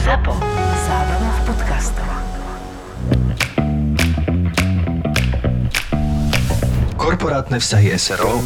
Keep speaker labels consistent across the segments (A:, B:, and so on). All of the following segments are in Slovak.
A: ZAPO. Zábrná v podcastov.
B: Korporátne vzťahy SRO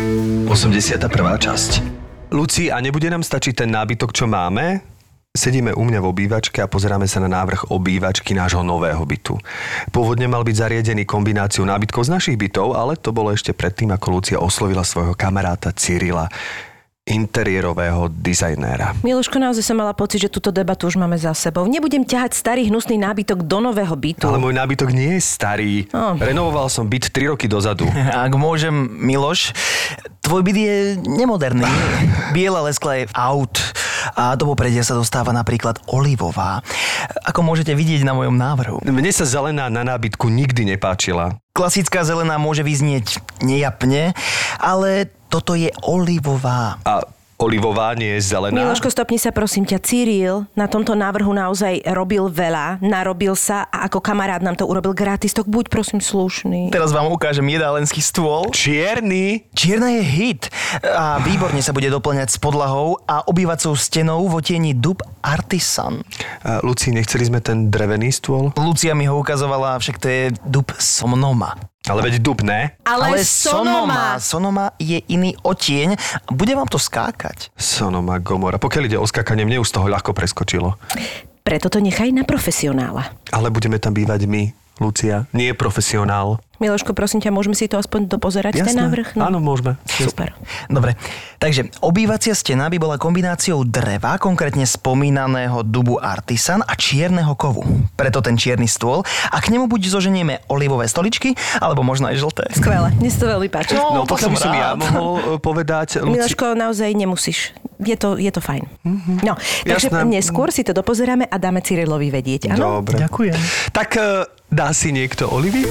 B: 81. časť. Luci, a nebude nám stačiť ten nábytok, čo máme? Sedíme u mňa v obývačke a pozeráme sa na návrh obývačky nášho nového bytu. Pôvodne mal byť zariadený kombináciou nábytkov z našich bytov, ale to bolo ešte predtým, ako Lucia oslovila svojho kamaráta Cyrila, interiérového dizajnéra.
C: Miluško, naozaj som mala pocit, že túto debatu už máme za sebou. Nebudem ťahať starý hnusný nábytok do nového bytu.
B: Ale môj nábytok nie je starý. Renovoval som byt 3 roky dozadu.
D: Ak môžem, Miloš, tvoj byt je nemoderný. Biela leskla je out a do popredia sa dostáva napríklad olivová. Ako môžete vidieť na mojom návrhu.
B: Mne sa zelená na nábytku nikdy nepáčila.
D: Klasická zelená môže vyznieť nejapne, ale toto je olivová.
B: A olivová nie je zelená?
C: Miloško, stopni sa, prosím ťa. Cyril na tomto návrhu naozaj robil veľa, narobil sa a ako kamarát nám to urobil gratis, tak buď prosím slušný.
D: Teraz vám ukážem jedálenský stôl.
B: Čierny?
D: Čierna je hit a výborne sa bude doplňať s podlahou a obývacou stenou v otieni dub Artisan.
B: Luci, nechceli sme ten drevený stôl?
D: Lucia mi ho ukazovala, však to je dub Sonoma.
B: Ale veď dub, ne?
C: Ale Sonoma.
D: Sonoma je iný otieň. Bude vám to skákať.
B: Sonoma, Gomora. Pokiaľ ide o skákanie, mne už z toho ľahko preskočilo.
C: Preto to nechaj na profesionála.
B: Ale budeme tam bývať my, Lucia. Nie profesionál.
C: Miloško, prosím ťa, môžeme si to aspoň dopozerať, ten návrh?
B: No. Áno, môžeme.
C: Super.
D: Dobre, takže obývacia stena by bola kombináciou dreva, konkrétne spomínaného dubu Artisan a čierneho kovu. Preto ten čierny stôl a k nemu buď zoženieme olivové stoličky, alebo možno aj žlté.
C: Skvelé, mne sa to veľmi páči.
B: No, pokiaľ by som ja mohol povedať...
C: Miloško, naozaj nemusíš. Je to fajn. No, takže
B: Jasné.
C: neskôr si to dopozeráme a dáme Cyrilovi vedieť, áno?
B: Dobre.
D: Ďakujem.
B: Tak dá si niekto olivy?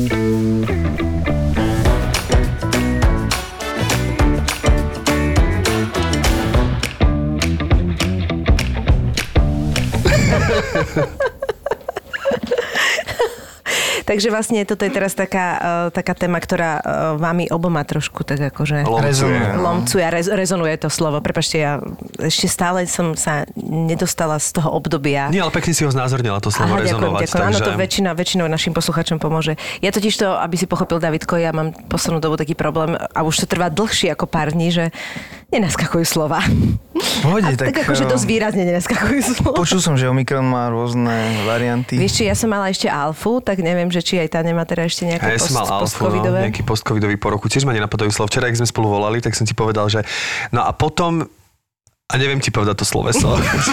C: Takže vlastne toto je teraz taká téma, ktorá vami oboma trošku tak akože lomcuje a rezonuje to slovo. Prepáčte, ja ešte stále som sa nedostala z toho obdobia.
B: Nie, ale pekne si ho znázornila, to slovo rezonovať.
C: Ďakujem. Áno, to väčšinou našim posluchačom pomôže. Ja totiž to, aby si pochopil, Davidko, ja mám poslednú dobu taký problém a už to trvá dlhšie ako pár dní, že nenaskakujú slova.
D: Pohode,
C: tak akože dosť výrazne nenaskakujú slova.
D: Počul som, že Omikron má rôzne varianty.
C: Vieš, či ja som mala ešte alfu, tak neviem, že či aj tá nemá teda ešte nejaké
B: post-covidové. Nejaký post-covidový po roku. Tiež ma nenapadajú slov. Včera, keď sme spolu volali, tak som ti povedal, že no a potom... A neviem ti povedať to sloveso.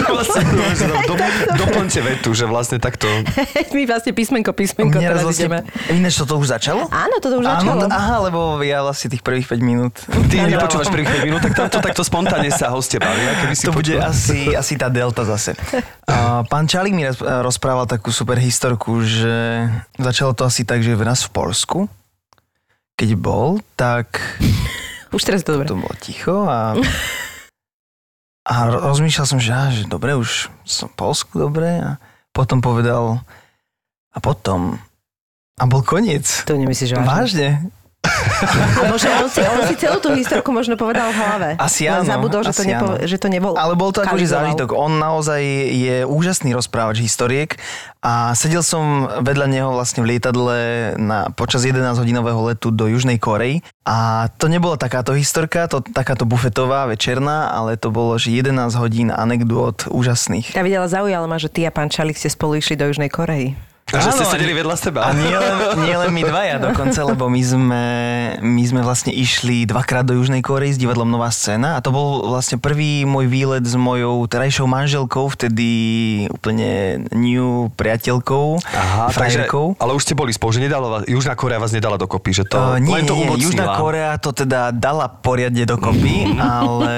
B: Doplňte vetu, že vlastne takto...
C: My vlastne písmenko teraz ideme.
D: Ináč toto už začalo?
C: Áno, toto už začalo.
D: Aha, lebo ja vlastne tých prvých 5 minút.
B: Ty nepočúvaš prvých 5 minút, tak takto spontánne sa hostia bavia.
D: To bude asi tá delta zase. Pán Čalík mi rozprával takú super historku, že začalo to asi tak, že v nás v Poľsku, keď bol, tak...
C: Už teraz to dobre.
D: To bolo ticho a rozmýšľal som, že dobre, už som v Poľsku, dobre. A potom povedal, a bol koniec.
C: To nemyslíš vážne?
D: Vážne.
C: A možno on si celú tú historku možno povedal v hlave.
D: Asi áno.
C: Zabudol, že to nebol.
D: Ale bol to akože zážitok. On naozaj je úžasný rozprávač historiek a sedel som vedľa neho vlastne v lietadle počas 11-hodinového letu do Južnej Korei a to nebola takáto historka, takáto bufetová, večerná, ale to bolo, že 11 hodín anekdôt úžasných.
C: Ja videla, zaujalo ma, že ty a pán Čalík ste spolu išli do Južnej Korei.
B: A že ste sedeli vedľa seba.
D: A nie len my dvaja dokonca, lebo my sme vlastne išli 2-krát do Južnej Korei s divadlom Nová scéna a to bol vlastne prvý môj výlet s mojou terajšou manželkou, vtedy úplne new priateľkou, frajerkou.
B: Ale už ste boli spolu, že Južná Korea vás nedala dokopy, že to len to umocnila.
D: Južná Korea to teda dala poriadne dokopy, ale...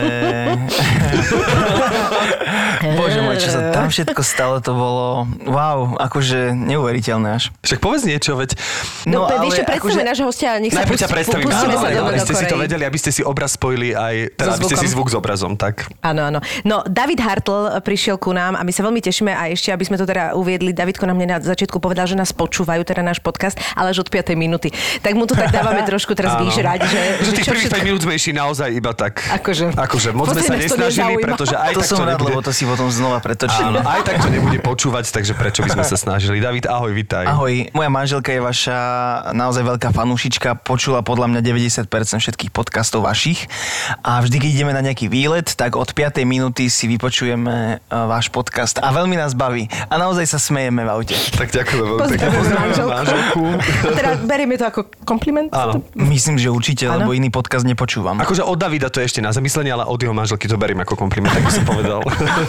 D: Bože môj, čo sa tam všetko stalo, to bolo wow, akože neuveriteľné až.
B: Však povedz niečo, veď...
C: No vieš čo, predstavme nášho hostia, nech sa
B: najprv ťa predstavím.
C: pustíme sa do
B: aby ste si to
C: Korei.
B: vedeli, aby ste si obraz spojili aj... Teda, aby ste si zvuk s obrazom, tak.
C: Áno. No, David Hartl prišiel ku nám a my sa veľmi tešíme a ešte, aby sme to teda uviedli, Davidko nám na začiatku povedal, že nás počúvajú, teda náš podcast, ale až od 5. minúty. Tak mu to tak dávame trošku teraz vyžrať, že
B: tých prvých 5 minút sme išli naozaj iba tak.
C: Akože
B: moc sme sa nesnažili, pretože aj
D: To
B: tak to
D: som rád,
B: nebude...
D: lebo to si potom znova pretočím.
B: Áno, aj tak to nebude počúvať, takže prečo by sme sa snažili. David, ahoj, vitaj.
D: Ahoj, moja manželka je vaša naozaj veľká fanúšička, počula podľa mňa 90% všetkých podcastov vašich a vždy, keď ideme na nejaký výlet, tak od 5. minúty si vypočujeme váš podcast a veľmi nás baví a naozaj sa smejeme v aute.
B: Tak ďakujem veľmi pekne.
C: Pozdravujeme
B: manželku.
C: A teda berieme to ako kompliment?
B: Áno.
D: Myslím, že určite, lebo iný podcast nepočúvam.
B: Akože od Davida to je ešte na zamyslenie, ale od jeho manželky to beriem ako kompliment, tak by som povedal.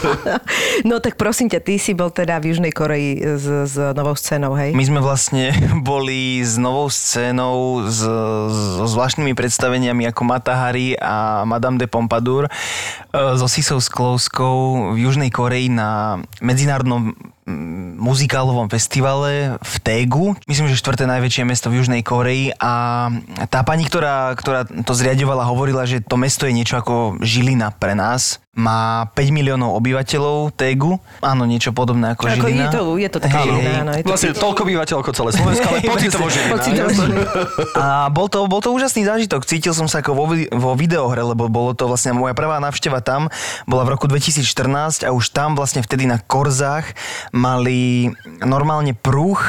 C: No tak prosím ťa, ty si bol teda v Južnej Koreji s novou scénou, hej?
D: My sme vlastne boli s novou scénou, so zvláštnymi predstaveniami ako Mata Hari a Madame de Pompadour, so Sisou Sklouskou v Južnej Koreji na medzinárodnom muzikálovom festivale v Daegu. Myslím, že 4. najväčšie mesto v Južnej Koreji a tá pani, ktorá to zriaďovala, hovorila, že to mesto je niečo ako Žilina pre nás. Má 5 miliónov obyvateľov Daegu. Áno, niečo podobné ako Žilina.
C: Je to také Žilina, áno.
B: Vlastne toľko obyvateľov ako celé Slovensko, ale pocitovo Žilina.
D: A bol to úžasný zážitok. Cítil som sa ako vo videohre, lebo bolo to vlastne moja prvá návšteva tam. Bola v roku 2014 a už tam vlastne vtedy na Korzách mali normálne pruh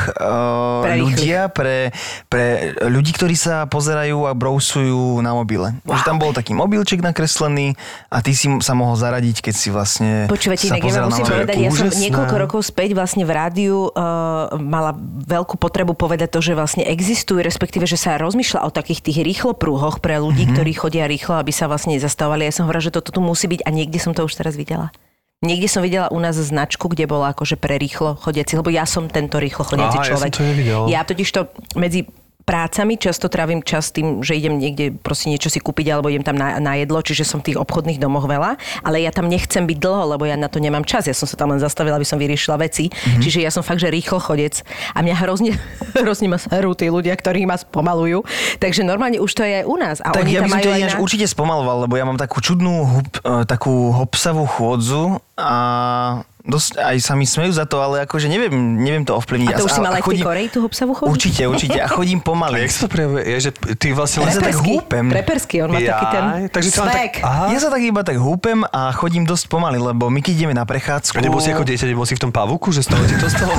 D: ľudia pre ľudí, ktorí sa pozerajú a brousujú na mobile. Wow. Že tam bol taký mobilček nakreslený a ty si sa mohol zaradiť, keď si vlastne
C: počúvate,
D: sa pozeral na
C: musím
D: mobile.
C: povedať, ja som niekoľko rokov späť vlastne v rádiu mala veľkú potrebu povedať to, že vlastne existujú, respektíve, že sa rozmýšľa o takých tých rýchloprúhoch pre ľudí, ktorí chodia rýchlo, aby sa vlastne nezastavovali. Ja som hovorila, že toto tu musí byť a niekde som to už teraz videla. Niekde som videla u nás značku, kde bola akože pre rýchlo chodiaci, lebo ja som tento rýchlo chodiaci človek.
B: Ja som to nevidel.
C: Ja totiž to medzi prácami často trávim čas tým, že idem niekde proste niečo si kúpiť alebo idem tam na jedlo, čiže som v tých obchodných domoch veľa, ale ja tam nechcem byť dlho, lebo ja na to nemám čas. Ja som sa tam len zastavila, aby som vyriešila veci. Čiže ja som fakt, že rýchlo chodec a mňa hrozne ma serú tí ľudia, ktorí ma spomalujú. Takže normálne už to je aj u nás. A
D: tak
C: oni
D: ja by som to
C: majú
D: určite spomaloval, lebo ja mám takú čudnú, takú hopsavú chôdzu a dosť aj sa mi smejú za to, ale akože neviem to ovplyvniť.
C: A to už si mal aj v tej Koreji, tú hopsavú chodbu?
D: Určite. A chodím pomaly.
B: Jak sa to prejavuje? Je, že ty vlastne...
D: Ja sa tak húpem.
C: Prepersky, on má taký ten
B: svek.
D: Ja sa tak iba tak húpem a chodím dosť pomaly, lebo my keď ideme na prechádzku...
B: A nebol si ako dieťa, nebol si v tom pavúku, že stalo ti to stalo?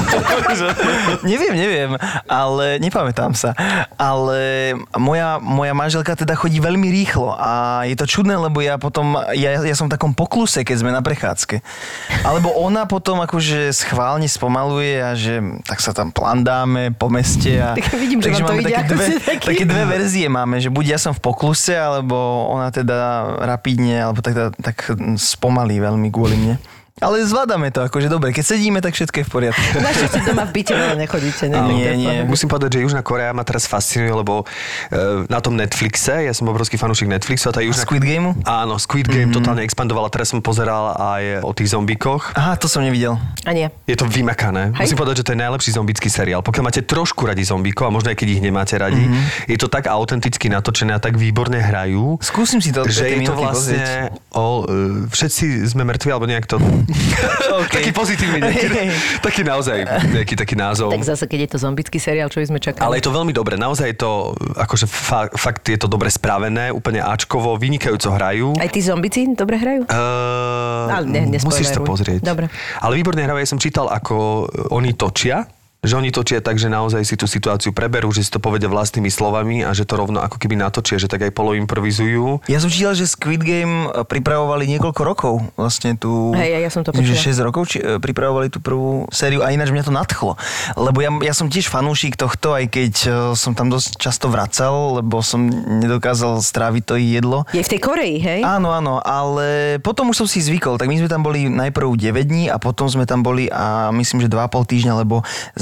D: Neviem, ale nepamätám sa. Ale moja manželka teda chodí veľmi rýchlo a je to čudné, lebo ja som v takom pokluse, keď sme na prechádzke. Alebo ona potom akože schválne spomaluje a že tak sa tam plandáme po meste a
C: tak vidím, že
D: takže
C: vám to ide
D: také dve verzie máme, že buď ja som v pokluse, alebo ona teda rapidne, alebo tak spomalí veľmi kvôli mne. Ale zvládame to, akože dobre, keď sedíme, tak všetko je v poriadku.
C: Našťastie doma v byte veľa nechodíte.
D: Nie.
B: Musím povedať, že Južná Korea ma teraz fascinuje, lebo na tom Netflixe, ja som obrovský fanúšik Netflixu a tá Južná...
D: Squid Gameu?
B: Áno, Squid Game totálne expandovala, teraz som pozeral aj o tých zombíkoch.
D: Aha, to som nevidel.
C: A nie.
B: Je to vymakané. Musím povedať, že to je najlepší zombický seriál. Pokiaľ máte trošku radi zombíkov, a možno aj keď ich nemáte radi, je to tak autenticky natočené a tak výborne hrajú.
D: Skúsim si to
B: že je to vlastne všetci sme mŕtvi, alebo nejak to... Taký pozitívny taký naozaj, nejaký taký názov.
C: Tak zase, keď je to zombický seriál, čo by sme čakali.
B: Ale je to veľmi dobre, naozaj je to, akože fakt je to dobre spravené, úplne áčkovo, vynikajúco hrajú.
C: Aj tí zombici dobre hrajú? Ale
B: musíš to pozrieť.
C: Dobre.
B: Ale výborne hrajú, ja som čítal, ako oni točia, že oni točia tak, že naozaj si tú situáciu preberú, že si to povedia vlastnými slovami a že to rovno ako keby natočia, že tak aj poloimprovizujú.
D: Ja som čítal, že Squid Game pripravovali niekoľko rokov. Vlastne tu...
C: Hej, ja som to počula.
D: Že 6 rokov pripravovali tú prvú sériu a ináč mňa to nadchlo. Lebo ja som tiež fanúšik tohto, aj keď som tam dosť často vracal, lebo som nedokázal stráviť to jedlo.
C: Je v tej Koreji, hej?
D: Áno, ale potom už som si zvykol. Tak my sme tam boli najprv 9 dní a potom sme tam boli a myslím, že 2,5 týždňa, lebo sme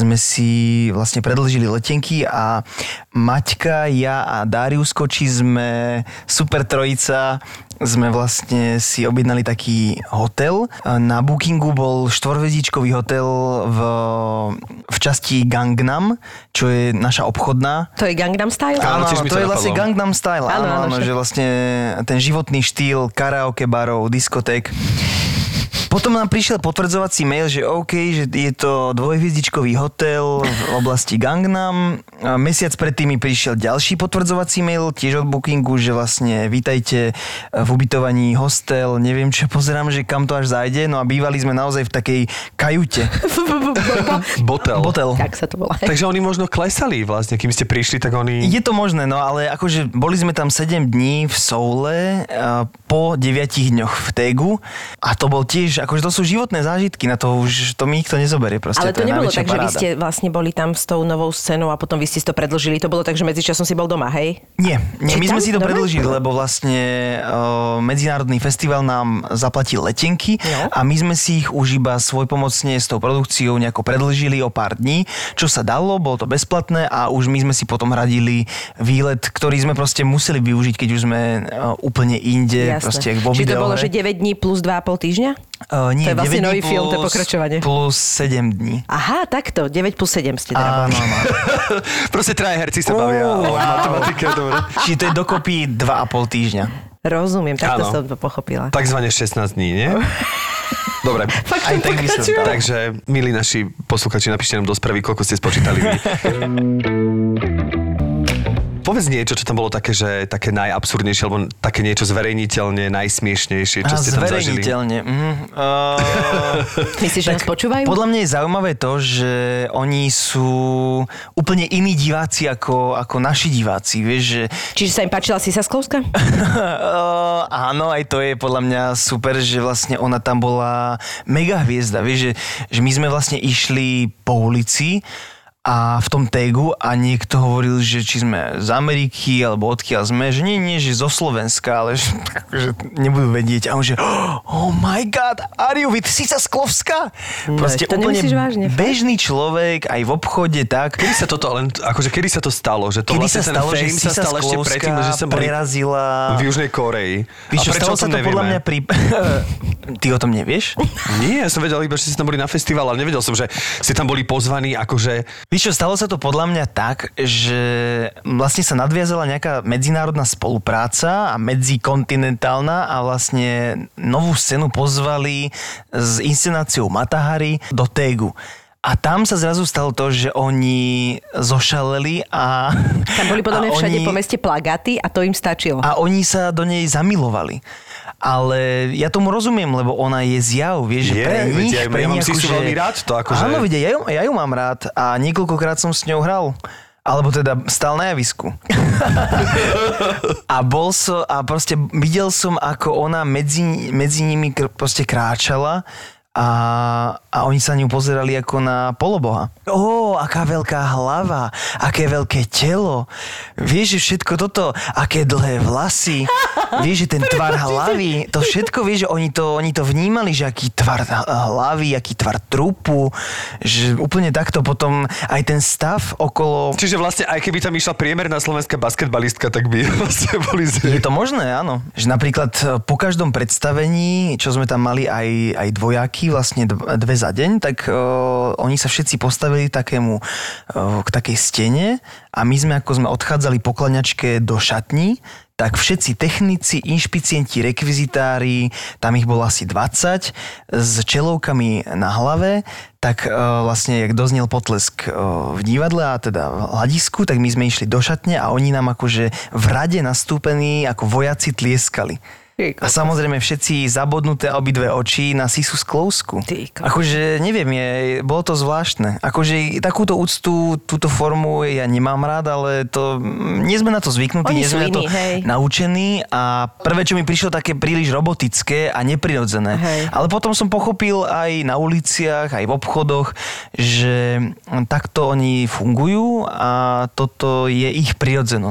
D: sme si vlastne predĺžili letenky a Maťka, ja a Darius Koči sme super trojica, sme vlastne si objednali taký hotel. Na Bookingu bol 4-hviezdičkový hotel v časti Gangnam, čo je naša obchodná.
C: To je Gangnam Style?
D: Áno, to je vlastne Gangnam Style. Áno, že vlastne ten životný štýl karaoke barov, diskoték. Potom nám prišiel potvrdzovací mail, že OK, že je to 2-hviezdičkový hotel v oblasti Gangnam. A mesiac predtým mi prišiel ďalší potvrdzovací mail, tiež od Bookingu, že vlastne vítajte v ubytovaní hostel, neviem čo, pozerám, že kam to až zajde. No a bývali sme naozaj v takej kajute. Botel.
C: Tak sa to volá.
B: Takže oni možno klesali vlastne, kým ste prišli, tak oni...
D: Je to možné, no ale akože boli sme tam 7 dní v Soule po 9 dňoch v Tegu a to bol tiež, akože to sú životné zážitky, na to už to mi nikto nezoberie proste.
C: Ale to nebolo tak,
D: paráda.
C: že vy ste vlastne boli tam s tou novou scénou a potom vy ste to predĺžili. To bolo tak, že medzičasom si bol doma, hej?
D: Nie, my sme si to predĺžili, lebo vlastne medzinárodný festival nám zaplatil letenky a my sme si ich už iba svojpomocne s tou produkciou nejako predĺžili o pár dní, čo sa dalo, bolo to bezplatné a už my sme si potom hradili výlet, ktorý sme proste museli využiť, keď už sme úplne inde, proste vo
C: Čiže to
D: videohre.
C: bolo, že 9 dní plus 2,5 týždňa?
D: Nie,
C: to je vlastne
D: 9
C: nový
D: dní
C: film, to je pokračovanie.
D: Plus 7 dní.
C: Aha, takto, 9 plus 7 ste teda boli.
D: Áno.
B: Proste traja herci sa bavia o matematike, dobre.
D: Čiže to je dokopy 2,5 týždňa.
C: Rozumiem, takto som to pochopila.
B: Takzvané 16 dní, nie? Dobre.
D: Aj tak by som dal.
B: Takže, milí naši posluchači, napíšte nám do správy, koľko ste spočítali vy. Povedz niečo, čo tam bolo také, že také najabsurdnejšie, alebo také niečo zverejniteľne, najsmiešnejšie, čo ste tam zažili.
D: Zverejniteľne.
C: Myslíš, že nás počúvajú?
D: Podľa mňa je zaujímavé to, že oni sú úplne iní diváci ako naši diváci, vieš, že...
C: Čiže sa im páčila Sisa Sklovská?
D: Áno, aj to je podľa mňa super, že vlastne ona tam bola mega hviezda, vieš, že my sme vlastne išli po ulici a v tom Tegu a niekto hovoril, že či sme z Ameriky alebo odkiaľ sme, že nie, že zo Slovenska, ale že nebudú vedieť. A on že, oh my god, are you with Sisa Sklovská? Proste
C: to
D: úplne
C: vážne,
D: bežný človek, aj v obchode, tak.
B: Kedy sa toto len, akože kedy sa to stalo? Že to
D: Kedy
B: vlastne
D: sa stalo, že
B: sa
D: Sisa
B: stal ešte predtým, že sa boli
D: prerazila...
B: v Južnej Koreji.
D: Víš čo, stalo sa to podľa mňa pri... Ty o tom nevieš?
B: Nie, ja som vedel iba, že ste tam boli na festival, ale nevedel som, že ste tam boli pozvaní, akože...
D: Víš čo, stalo sa to podľa mňa tak, že vlastne sa nadviazala nejaká medzinárodná spolupráca a medzikontinentálna a vlastne novú scénu pozvali s inscenáciou Matahari do Tegu. A tam sa zrazu stalo to, že oni zošaleli a...
C: Tam boli podľa mňa všade po meste plagáty a to im stačilo.
D: A oni sa do nej zamilovali. Ale ja tomu rozumiem, lebo ona je zjav, vieš, že pre nich...
B: Ja mám Sisu veľmi rád, to akože...
D: Áno, vidia, ja ju mám rád a niekoľkokrát som s ňou hral. Alebo teda stál na javisku. A proste videl som, ako ona medzi nimi proste kráčala a oni sa na ňu pozerali ako na poloboha. Aká veľká hlava, aké veľké telo. Vieš, že všetko toto, aké dlhé vlasy. Vieš, že ten tvar hlavy, to všetko, vieš, že oni to vnímali, že aký tvar hlavy, aký tvar trupu, že úplne takto potom aj ten stav okolo...
B: Čiže vlastne aj keby tam išla priemerná slovenská basketbalistka, tak by vlastne boli
D: Je to možné, áno. Že napríklad po každom predstavení, čo sme tam mali aj dvojaky, vlastne 2 za deň, tak oni sa všetci postavili k takej stene a my sme, ako sme odchádzali po klaňačke do šatní, tak všetci technici, inšpicienti, rekvizitári, tam ich bolo asi 20, s čelovkami na hlave, tak vlastne, jak doznel potlesk v divadle a teda v hľadisku, tak my sme išli do šatne a oni nám akože v rade nastúpení ako vojaci tlieskali. A samozrejme všetci zabodnuté obidve oči na Sisu Sklovskú. Akože neviem, bolo to zvláštne. Akože takúto úctu, túto formu ja nemám rád, ale to nie sme na to zvyknutí, nie sme na to naučení a prvé, čo mi prišlo také príliš robotické a neprirodzené. Hej. Ale potom som pochopil aj na uliciach, aj v obchodoch, že takto oni fungujú a toto je ich prirodzenosť.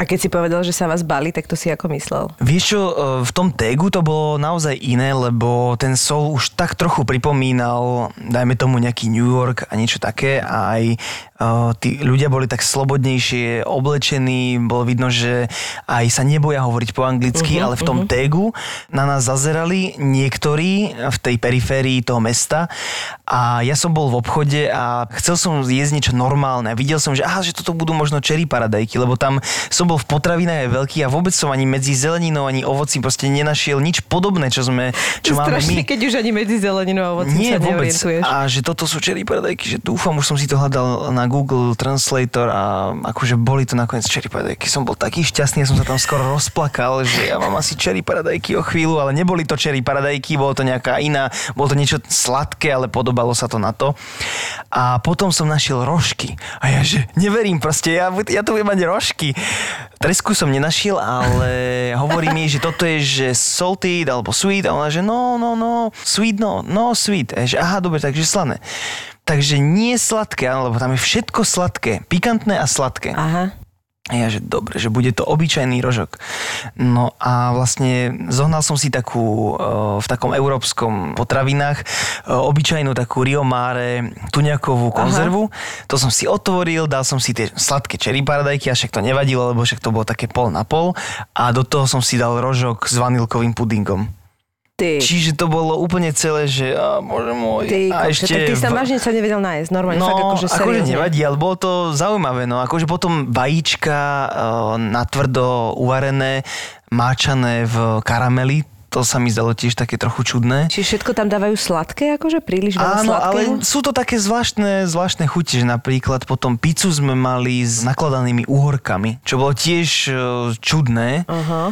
C: A keď si povedal, že sa vás bali, tak to si ako myslel?
D: Vieš čo, v tom tégu to bolo naozaj iné, lebo ten Soul už tak trochu pripomínal, dajme tomu nejaký New York a niečo také a aj tí ľudia boli tak slobodnejšie oblečení, bolo vidno, že aj sa neboja hovoriť po anglicky, ale v tom tégu na nás zazerali niektorí v tej periférii toho mesta a ja som bol v obchode a chcel som jesť niečo normálne a videl som, že že toto budú možno cherry paradajky, lebo tam som bol v potravinách aj veľký a vôbec som ani medzi zeleninou, ani ovocím proste nenašiel nič podobné, čo máme
C: strašne,
D: my.
C: keď už ani medzi zeleninou a ovocím sa neorientuješ.
D: A že toto sú cherry paradajky, že dúfam, už som si to hľadal na Google Translator a akože boli to nakoniec cherry paradajky. Som bol taký šťastný, ja som sa tam skoro rozplakal, že ja mám asi cherry paradajky o chvíľu, ale neboli to cherry paradajky, bolo to nejaká iná, bolo to niečo sladké, ale podobalo sa to na to. A potom som našiel rožky. A ja že neverím proste, ja tu budem mať rožky. Tresku som nenašiel, ale hovorí mi, že toto je, že salted alebo sweet a ona, že no, sweet no sweet. A že dobre, takže slané. Takže nie sladké, lebo tam je všetko sladké, pikantné a sladké.
C: Aha.
D: A ja, že dobre, že bude to obyčajný rožok. No a vlastne zohnal som si takú, v takom európskom potravinách, obyčajnú takú Rio Mare tuňakovú konzervu. To som si otvoril, dal som si tie sladké cherry paradajky, a však to nevadilo, lebo však to bolo také pol na pol. A do toho som si dal rožok s vanilkovým pudingom. Čiže to bolo úplne celé, že bože môj. A ešte
C: ty sa vážne sa nevedel nájsť, normálne, fakt akože seriózne.
D: Akože nevadí, ale bolo to zaujímavé, no akože potom vajíčka natvrdo uvarené, máčané v karameli, to sa mi zdalo tiež také trochu čudné.
C: Čiže všetko tam dávajú sladké, akože príliš veľa sladkého?
D: Áno, ale sú to také zvláštne chuti, že napríklad potom pizzu sme mali s nakladanými uhorkami, čo bolo tiež čudné.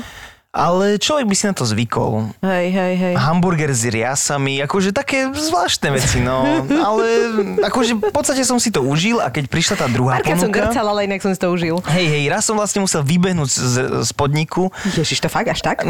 D: Ale človek by si na to zvykol.
C: Hej.
D: Hamburger s riasami, akože také zvláštne veci, no. Ale akože v podstate som si to užil a keď prišla tá druhá ponuka...
C: som grcal, ale inak som si to užil.
D: Hej, raz som vlastne musel vybehnúť z podniku.
C: Ježiš, to fakt až tak?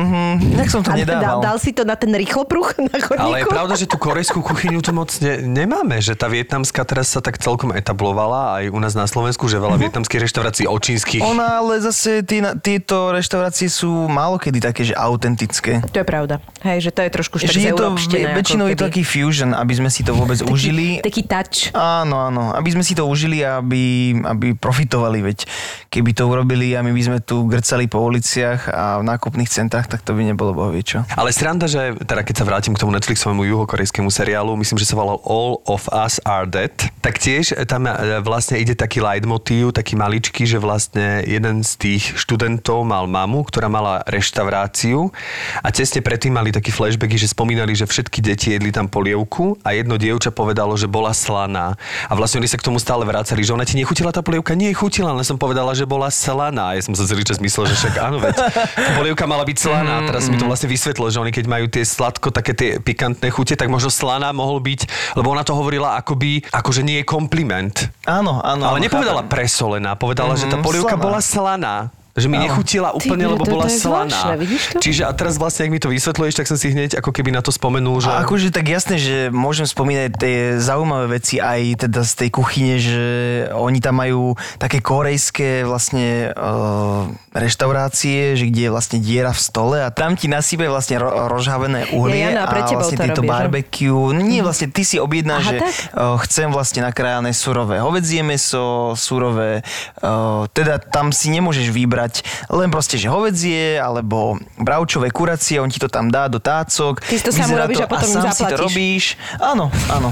D: Tak som to nedával.
C: Dal si to na ten rýchlopruh na chodníku?
B: Ale je pravda, že tú korejskú kuchyňu tu moc nemáme, že tá vietnamská teraz sa tak celkom etablovala aj u nás na Slovensku, že veľa vietnamských reštaurácií čínskych.
D: Ona, ale zase tieto reštaurácie sú málo kedy také, že autentické.
C: To je pravda. Hej, že to je trošku štak z európštiny.
D: Väčšinou je to taký fusion, aby sme si to vôbec užili.
C: Taký touch.
D: Áno. Aby sme si to užili a aby profitovali, veď keby to urobili a my by sme tu grcali po uliciach a v nákupných centrách, tak to by nebolo bohvie čo.
B: Ale sranda, že teda keď sa vrátim k tomu Netflixovému juhokorejskému seriálu, myslím, že sa volal All of Us Are Dead, tak tiež tam vlastne ide taký leitmotív, taký maličký, že vlastne jeden z tých študentov mal mamu, ktorá mala reštauráciu a tesne predtým mali taký flashbacky, že spomínali, že všetky deti jedli tam polievku a jedno dievča povedalo, že bola slaná. A vlastne oni sa k tomu stále vracali, že ona ti nechutila tá polievka? Nie, chutila, len som povedala, že bola slaná. Ja som sa celý čas myslel, že však áno, veď tá polievka mala byť slaná. Teraz mi to vlastne vysvetlilo, že oni keď majú tie sladko, také tie pikantné chute, tak možno slaná mohol byť, lebo ona to hovorila akože nie je kompliment.
D: Áno.
B: Ale nepovedala presolená, povedala, že tá polievka bola slaná. Že mi nechutila úplne, lebo bola slaná. Čiže a teraz vlastne, ak mi to vysvetľuješ, tak som si hneď ako keby na to spomenul, že...
D: A akože tak jasné, že môžem spomínať tie zaujímavé veci aj teda z tej kuchyne, že oni tam majú také korejské vlastne reštaurácie, že kde je vlastne diera v stole a tam ti nasype vlastne rozžhavené uhlie a vlastne tieto barbecue. Nie, vlastne ty si objednáš, že chcem vlastne nakrájané surové hovädzie mäso, surové, teda tam si nemôžeš vybrať len proste, že hovädzie, alebo bravčové, kuracie, on ti to tam dá do tácok.
C: Ty si to sám urobíš a potom im zaplatíš.
D: Si to robíš. Áno.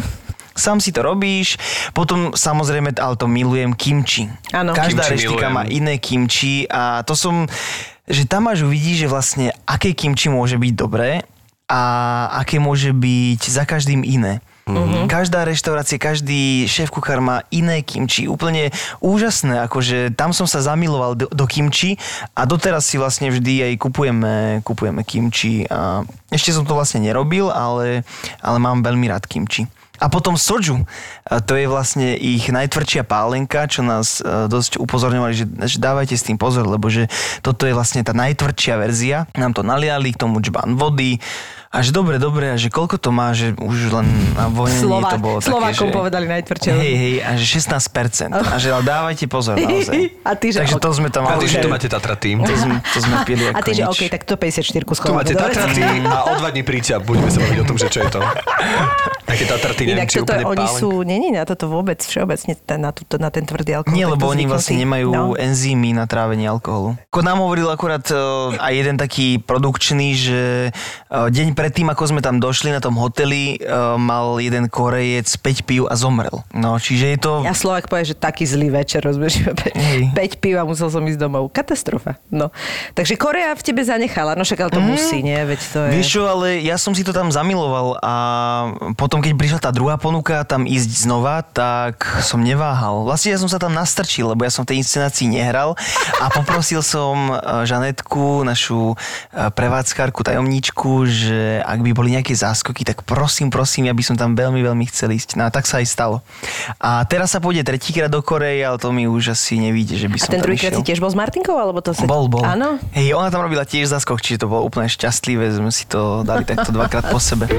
D: Sám si to robíš. Potom samozrejme, ale to milujem, kimči.
C: Áno.
D: Každá
B: kimči
D: reštika má iné kimči a to som, že tam až uvidíš, že vlastne aké kimči môže byť dobré a aké môže byť za každým iné. Každá reštaurácia, každý šéf-kuchár má iné kimči, úplne úžasné, akože tam som sa zamiloval do kimči a doteraz si vlastne vždy aj kupujeme kimči a ešte som to vlastne nerobil, ale mám veľmi rád kimči. A potom soju, to je vlastne ich najtvrdšia pálenka, čo nás dosť upozorňovali, že dávajte s tým pozor, lebo že toto je vlastne tá najtvrdšia verzia. Nám to naliali, k tomu džbán vody, A že dobre, a že koľko to má, že už len na vojne to bolo také,
C: Slovákom
D: že...
C: povedali najtvrdšie.
D: Hej, a že 16%. A že ale dávajte pozor naozaj.
C: A ty, že
D: takže to sme tam...
B: A ty, že tu máte Tatra tým.
D: To sme pili ako
C: a ty, že
D: nič.
C: OK, tak to 54
B: Tu
C: schovám.
B: máte Tatra tým a o 2 dní príďte a budeme sa baviť o tom, že čo je to. Také Tatra tým, neviem,
C: Inak
B: či
C: toto
B: úplne
C: oni
B: pálenka.
C: sú, nie na toto vôbec všeobecne, na ten tvrdý alkohol.
D: Nie, lebo
C: takto
D: oni vlastne
C: zvyknutí.
D: nemajú enzymy na trávenie alkoholu. Ako nám hovoril akurát aj jeden taký produkčný, že deň predtým, ako sme tam došli na tom hoteli, mal jeden Korejec 5 pív a zomrel. No, čiže je to...
C: Ja Slovák povie, že taký zlý večer, rozumieš, 5 pív a musel som ísť domov. Katastrofa. No. Takže Korea v tebe zanechala, no však ale to musí, nie? Veď to je...
D: Vieš čo, ale ja som si to tam zamiloval a potom, keď prišla tá druhá ponuka tam ísť znova, tak som neváhal. Vlastne ja som sa tam nastrčil, lebo ja som v tej inscenácii nehral a poprosil som Žanetku, našu prevádzkarku, tajomníčku, že ak by boli nejaké záskoky, tak prosím, ja by som tam veľmi, veľmi chcel ísť. No a tak sa aj stalo. A teraz sa pôjde tretíkrát do Korei, ale to mi už asi nevíde, že by som
C: A ten
D: tam
C: druhýkrát si
D: išiel.
C: tiež bol s Martinkou, alebo to sa...
D: Bol.
C: Áno?
D: Hej, ona tam robila tiež záskok, čiže to bolo úplne šťastlivé, sme si to dali takto 2-krát po sebe.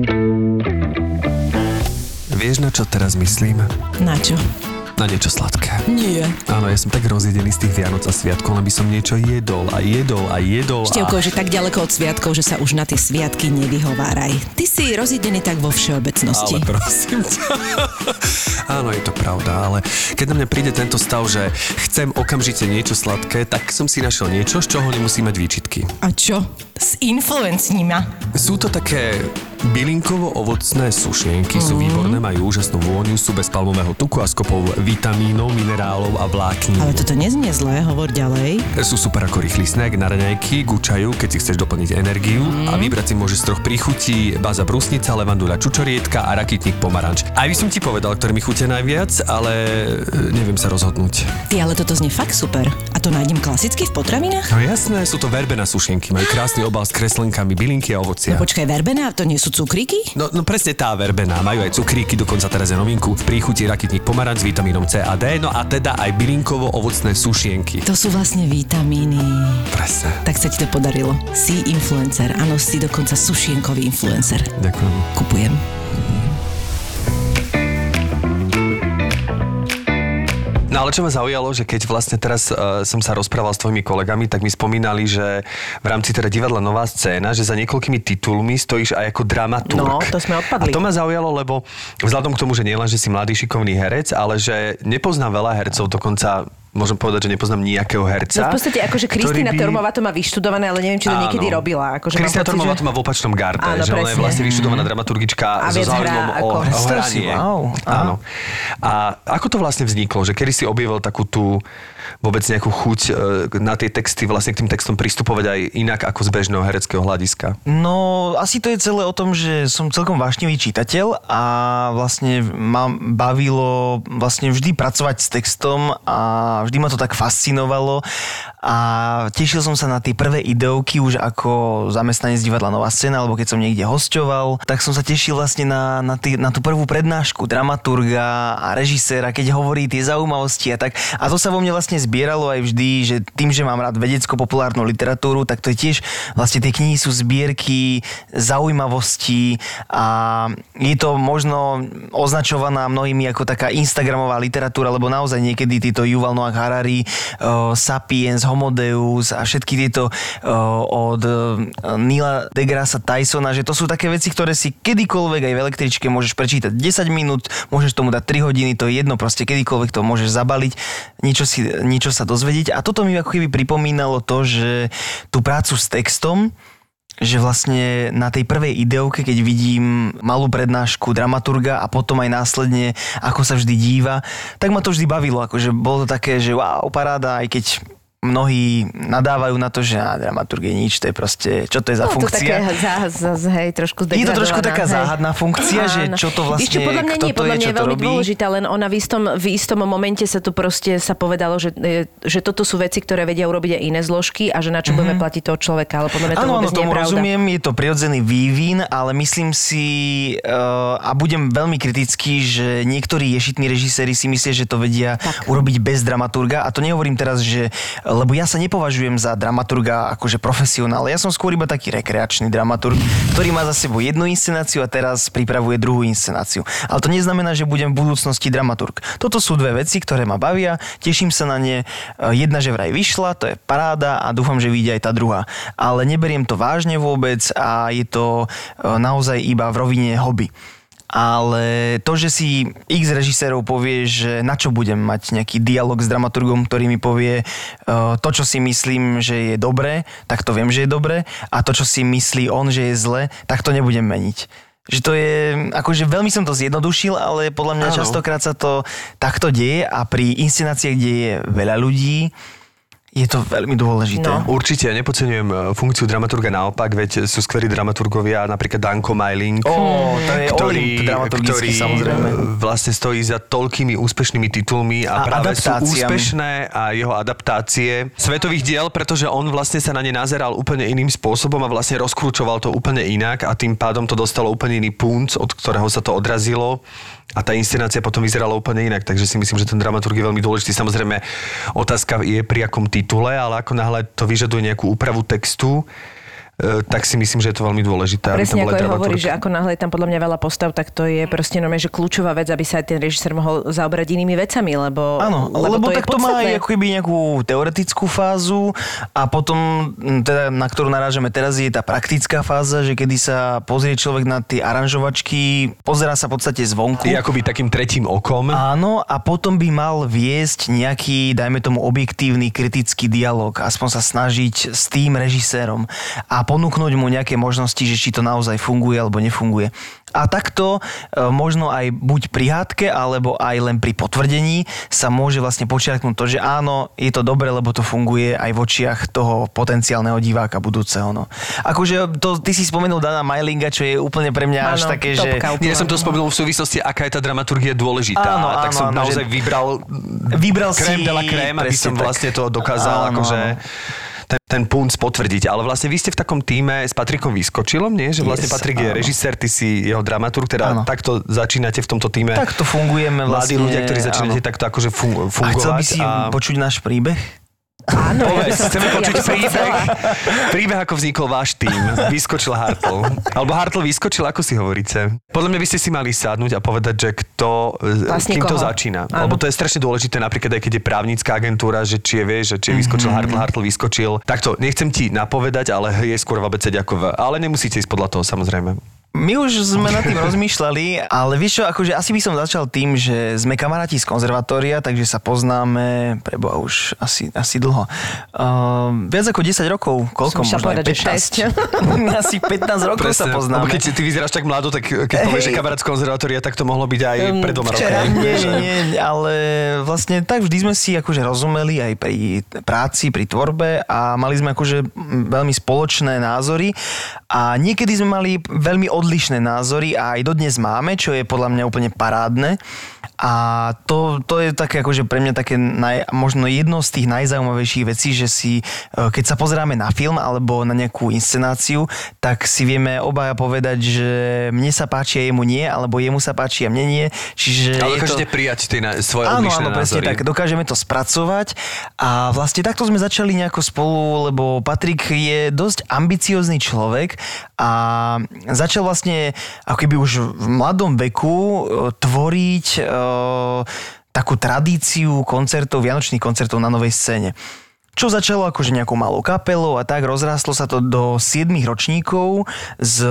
B: Vieš, na čo teraz myslím?
A: Na čo?
B: Na niečo sladké.
A: Nie.
B: Áno, ja som tak rozjedený z tých Vianoc a sviatkov, len by som niečo jedol.
A: Števko, že tak ďaleko od sviatkov, že sa už na tie sviatky nevyhováraj. Ty si rozjedený tak vo všeobecnosti.
B: Ale prosím ťa. Áno, je to pravda, ale keď na mňa príde tento stav, že chcem okamžite niečo sladké, tak som si našiel niečo, z čoho nemusím mať výčitky.
A: A čo? S influencníma.
B: Sú to také bylinkovo-ovocné sušienky, sú výborné, majú úžasnú vôňu, sú bez palmového tuku a s kopou vitamínov, minerálov a vláknin.
A: Ale toto neznie zlé, hovor ďalej.
B: Sú super ako rýchly snack na raňajky, gučajú, keď si chceš doplniť energiu a vybrať si môžeš z 3 príchutí: baza brusnica, levandula čučorietka a rakitník pomaranč. Aj by som ti povedal, ktoré mi chutia najviac, ale neviem sa rozhodnúť.
A: Ty, ale toto znie fakt super. A to nájdem klasicky v potravinách?
B: No jasné, sú to verbená sušienky, majú krásny obal s kreslenkami, bylinky a ovocia.
A: No počkaj, verbená, to nie sú cukríky?
B: No presne tá verbená, majú aj cukríky, dokonca teraz je novinku. V príchuti rakitník pomaranč s vitamínom C a D, no a teda aj bylinkovo-ovocné sušienky.
A: To sú vlastne vitamíny.
B: Presne.
A: Tak sa ti to podarilo. Si influencer. Áno, si dokonca sušienkový influencer.
B: Ďakujem.
A: Kupujem.
B: No ale čo ma zaujalo, že keď vlastne teraz som sa rozprával s tvojimi kolegami, tak mi spomínali, že v rámci teda divadla Nová scéna, že za niekoľkými titulmi stojíš aj ako dramaturg.
C: No, to sme odpadli.
B: A to ma zaujalo, lebo vzhľadom k tomu, že nielen, že si mladý šikovný herec, ale že nepoznám veľa hercov, dokonca môžem povedať, že nepoznám nejakého herca.
C: No v podstate akože Kristýna Tormová to má vyštudované, ale neviem, či to niekedy robila. Akože
B: Kristýna Tormová to má v opačnom garde,
C: áno,
B: že ona je
C: presne.
B: vlastne vyštudovaná dramaturgička
C: A
B: so
C: viac
B: záujmom
C: hrá
B: o
C: ako-
B: hranie.
D: Wow.
B: Áno. A ako to vlastne vzniklo? Že kedy si objavil takú tú vôbec nejakú chuť na tie texty, vlastne k tým textom pristupovať aj inak ako z bežného hereckého hľadiska?
D: No, asi to je celé o tom, že som celkom vášnivý čitateľ a vlastne ma bavilo vlastne vždy pracovať s textom a vždy ma to tak fascinovalo a tešil som sa na tie prvé ideovky už ako zamestnanec divadla Nová scéna, alebo keď som niekde hosťoval, tak som sa tešil vlastne na tú prvú prednášku dramaturga a režiséra, keď hovorí tie zaujímavosti a tak. A to sa vo mne vlastne zbieralo aj vždy, že tým, že mám rád vedecko-populárnu literatúru, tak to je tiež vlastne tie knihy sú zbierky zaujímavostí a je to možno označovaná mnohými ako taká instagramová literatúra, lebo naozaj niekedy títo Yuval Noah Harari, Sapiens, Homo Deus a všetky tieto od Neila deGrasse Tysona, že to sú také veci, ktoré si kedykoľvek aj v električke môžeš prečítať 10 minút, môžeš tomu dať 3 hodiny, to je jedno, proste kedykoľvek to môžeš zabaliť, niečo sa dozvedieť. A toto mi ako keby pripomínalo to, že tú prácu s textom, že vlastne na tej prvej ideovke, keď vidím malú prednášku dramaturga a potom aj následne, ako sa vždy díva, tak ma to vždy bavilo. Akože bolo to také, že wow, paráda, aj keď mnohí nadávajú na to, že dramaturg je nič, to je proste, čo to je za funkcia?
C: No to také hej, trošku zdegradovaná.
D: Je to trošku taká záhadná funkcia, že čo to vlastne,
C: Ešte podľa mňa
D: kto
C: nie,
D: to
C: podľa
D: je,
C: mňa
D: čo
C: je
D: to
C: veľmi
D: robí?
C: dôležitá, len ona v istom momente sa tu proste sa povedalo, že toto sú veci, ktoré vedia urobiť aj iné zložky a že na čo budeme platiť toho človeka, ale podľa mňa to
D: Áno,
C: vôbec nie je
D: tomu
C: pravda.
D: rozumiem, je to prirodzený vývin, ale myslím si a budem veľmi kritický, že niektorí ješitní režiséri si myslia, že to vedia urobiť bez dramaturga a to nehovorím teraz, že lebo ja sa nepovažujem za dramaturga akože profesionál. Ja som skôr iba taký rekreačný dramaturg, ktorý má za sebou jednu inscenáciu a teraz pripravuje druhú inscenáciu. Ale to neznamená, že budem v budúcnosti dramaturg. Toto sú dve veci, ktoré ma bavia, teším sa na ne. Jedna, že vraj vyšla, to je paráda a dúfam, že vyjde aj tá druhá. Ale neberiem to vážne vôbec a je to naozaj iba v rovine hobby. Ale to, že si x režisérov povie, že na čo budem mať nejaký dialog s dramaturgom, ktorý mi povie to, čo si myslím, že je dobré, tak to viem, že je dobré a to, čo si myslí on, že je zle, tak to nebudem meniť. Že to je, akože veľmi som to zjednodušil, ale podľa mňa častokrát sa to takto deje a pri inscenáciách, kde je veľa ľudí, je to veľmi dôležité.
B: No. Určite, ja nepodceňujem funkciu dramaturga, naopak, veď sú skvelí dramaturgovia, napríklad Danko Majling,
D: ktorý samozrejme
B: vlastne stojí za toľkými úspešnými titulmi a práve sú úspešné a jeho adaptácie svetových diel, pretože on vlastne sa na ne nazeral úplne iným spôsobom a vlastne rozkrúčoval to úplne inak a tým pádom to dostalo úplne iný punc, od ktorého sa to odrazilo. A tá inscenácia potom vyzerala úplne inak, takže si myslím, že ten dramaturg je veľmi dôležitý. Samozrejme, otázka je pri akom titule, ale ako náhle to vyžaduje nejakú úpravu textu, tak si myslím, že je to veľmi dôležité.
C: Presne ako je hovorí, že ako náhle je tam podľa mňa veľa postav, tak to je proste normálne, že kľúčová vec, aby sa aj ten režisér mohol zaoberať inými vecami, lebo
D: lebo tak to má aj akoby nejakú teoretickú fázu a potom, teda, na ktorú narážame teraz, je tá praktická fáza, že kedy sa pozrie človek na tie aranžovačky, pozerá sa v podstate zvonku.
B: Je akoby takým tretím okom.
D: Áno, a potom by mal viesť nejaký, dajme tomu, objektívny, kritický dialog, aspoň sa snažiť s tým režisérom a ponúknuť mu nejaké možnosti, že či to naozaj funguje alebo nefunguje. A takto možno aj buď pri hádke, alebo aj len pri potvrdení sa môže vlastne počiarknúť to, že áno, je to dobre, lebo to funguje aj v očiach toho potenciálneho diváka budúceho. No. Akože ty si spomenul Dana Majlinga, čo je úplne pre mňa až také, že...
B: Nie, som to spomenul v súvislosti, aká je tá dramaturgia dôležitá. Tak som naozaj vybral crème de la crème, aby som vlastne to dokázal akože... ten punc potvrdiť. Ale vlastne vy ste v takom týme s Patrikom Vyskočilom, nie? Že vlastne Patrik je režisér, ty si jeho dramaturg, teda takto začínate v tomto týme.
D: Takto fungujeme vlastne.
B: Mladí ľudia, ktorí začínate takto akože fungovať.
D: A chcel by si počuť náš príbeh?
C: Áno,
B: chceme počuť príbeh, ako vznikol váš tým. Vyskočil Hartl. Alebo Hartl vyskočil, ako si hovoríte. Podľa mňa by ste si mali sadnúť a povedať, že kým to začína. Lebo to je strašne dôležité, napríklad aj keď je právnická agentúra, že či je vyskočil Hartl vyskočil. Takto, nechcem ti napovedať, ale je skôr v abecede ako v. Ale nemusíte ísť podľa toho, samozrejme.
D: My už sme nad tým rozmýšľali, ale vieš čo, akože asi by som začal tým, že sme kamaráti z konzervatória, takže sa poznáme, preboha, už asi dlho. Viac ako 10 rokov, koľko možno aj 15? Asi 15 rokov sa poznáme.
B: Lebo keď ty vyzeráš tak mlado, tak keď povieš, že kamarát z konzervatória, tak to mohlo byť aj pred 2 rokmi.
D: Nie, ale vlastne tak vždy sme si akože rozumeli aj pri práci, pri tvorbe a mali sme akože veľmi spoločné názory a niekedy sme mali veľmi odlišné názory a aj dodnes máme, čo je podľa mňa úplne parádne. A to je také akože pre mňa také možno jedno z tých najzaujímavejších vecí, že si, keď sa pozeráme na film alebo na nejakú inscenáciu, tak si vieme obaja povedať, že mne sa páči a jemu nie, alebo jemu sa páči a mne nie. Čiže
B: ale dokážete prijať tie svoje odlišné názory.
D: Presne tak, dokážeme to spracovať a vlastne takto sme začali nejako spolu, lebo Patrik je dosť ambiciózny človek a začal vlastne ako keby už v mladom veku tvoriť takú tradíciu koncertov, vianočných koncertov na Novej scéne. Čo začalo akože nejakou malou kapelou a tak rozrástlo sa to do 7 ročníkov s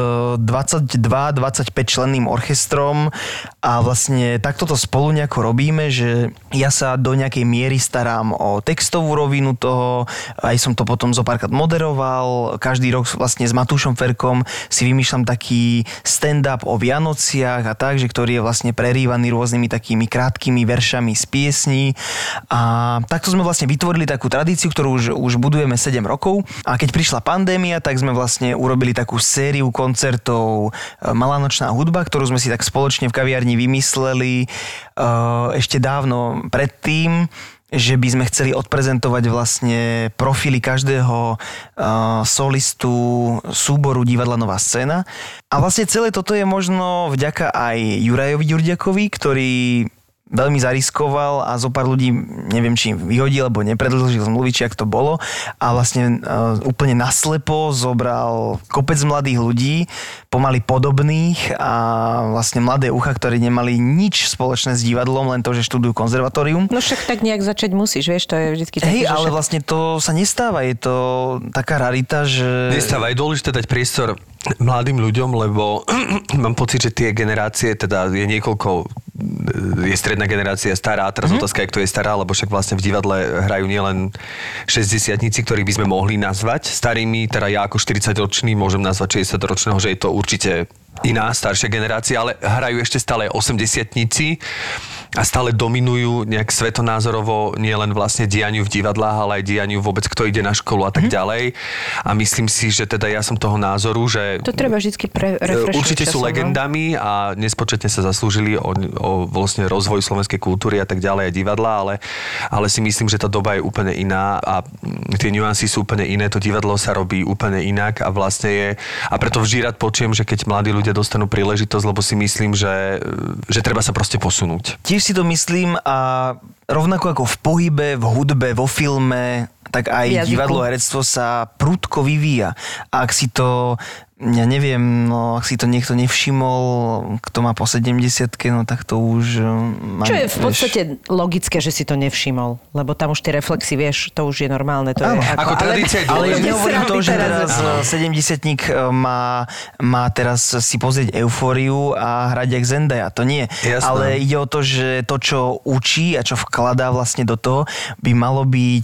D: 22-25 členným orchestrom a vlastne takto to spolu nejako robíme, že ja sa do nejakej miery starám o textovú rovinu toho, aj som to potom zopárkrát moderoval, každý rok vlastne s Matúšom Ferkom si vymýšľam taký stand-up o Vianociach a tak, že ktorý je vlastne prerývaný rôznymi takými krátkými veršami z piesní a takto sme vlastne vytvorili takú tradíciu, ktorú už budujeme 7 rokov. A keď prišla pandémia, tak sme vlastne urobili takú sériu koncertov Malá nočná hudba, ktorú sme si tak spoločne v kaviarni vymysleli ešte dávno predtým, že by sme chceli odprezentovať vlastne profily každého solistu súboru Divadla Nová scéna. A vlastne celé toto je možno vďaka aj Jurajovi Ďurďakovi, ktorý veľmi zariskoval a zo pár ľudí, neviem, či vyhodil, alebo nepredĺžil zmluvy, či ak to bolo. A vlastne úplne naslepo zobral kopec mladých ľudí, pomaly podobných a vlastne mladé ucha, ktorí nemali nič spoločné s divadlom, len to, že študujú konzervatórium.
C: No však tak nejak začať musíš, vieš, to je vždycky také.
D: Hej, ale vlastne to sa nestáva, je to taká rarita, že...
B: Nestáva, je dôležité dať priestor mladým ľuďom, lebo mám pocit, že tie generácie, teda je niekoľko, je stredná generácia stará, teraz otázka je, kto je stará, lebo však vlastne v divadle hrajú nielen 60-tníci, ktorých by sme mohli nazvať starými, teda ja ako 40-ročný môžem nazvať 60-ročného, že je to určite iná, staršia generácia, ale hrajú ešte stále 80-tníci a stále dominujú nejak svetonázorovo nielen vlastne dianiu v divadlách, ale aj dianiu vôbec, kto ide na školu a tak ďalej. A myslím si, že teda ja som toho názoru, že
C: to treba vždycky refrešovať.
B: Určite sú legendami a nespočetne sa zaslúžili o vlastne rozvoj slovenskej kultúry a tak ďalej a divadla, ale si myslím, že tá doba je úplne iná a tie nuancy sú úplne iné, to divadlo sa robí úplne inak a vlastne je, a preto vždy rád počujem, že keď mladí ľudia dostanú príležitosť, lebo si myslím, že treba sa proste posunúť.
D: Tiež si to myslím a rovnako ako v pohybe, v hudbe, vo filme, tak aj divadlo, herectvo sa prudko vyvíja. A ak si to, ja neviem, ak si to niekto nevšimol, kto má po 70-ke, no tak to už...
C: Čo je v podstate logické, že si to nevšimol, lebo tam už tie reflexy, vieš, to už je normálne. To je
B: ako tradícia je dôležitá.
D: Ale ja nehovorím to, že teraz 70-tník má teraz si pozrieť Eufóriu a hrať jak Zendaya. To nie.
B: Jasné.
D: Ale ide o to, že to, čo učí a čo vkladá vlastne do toho, by mala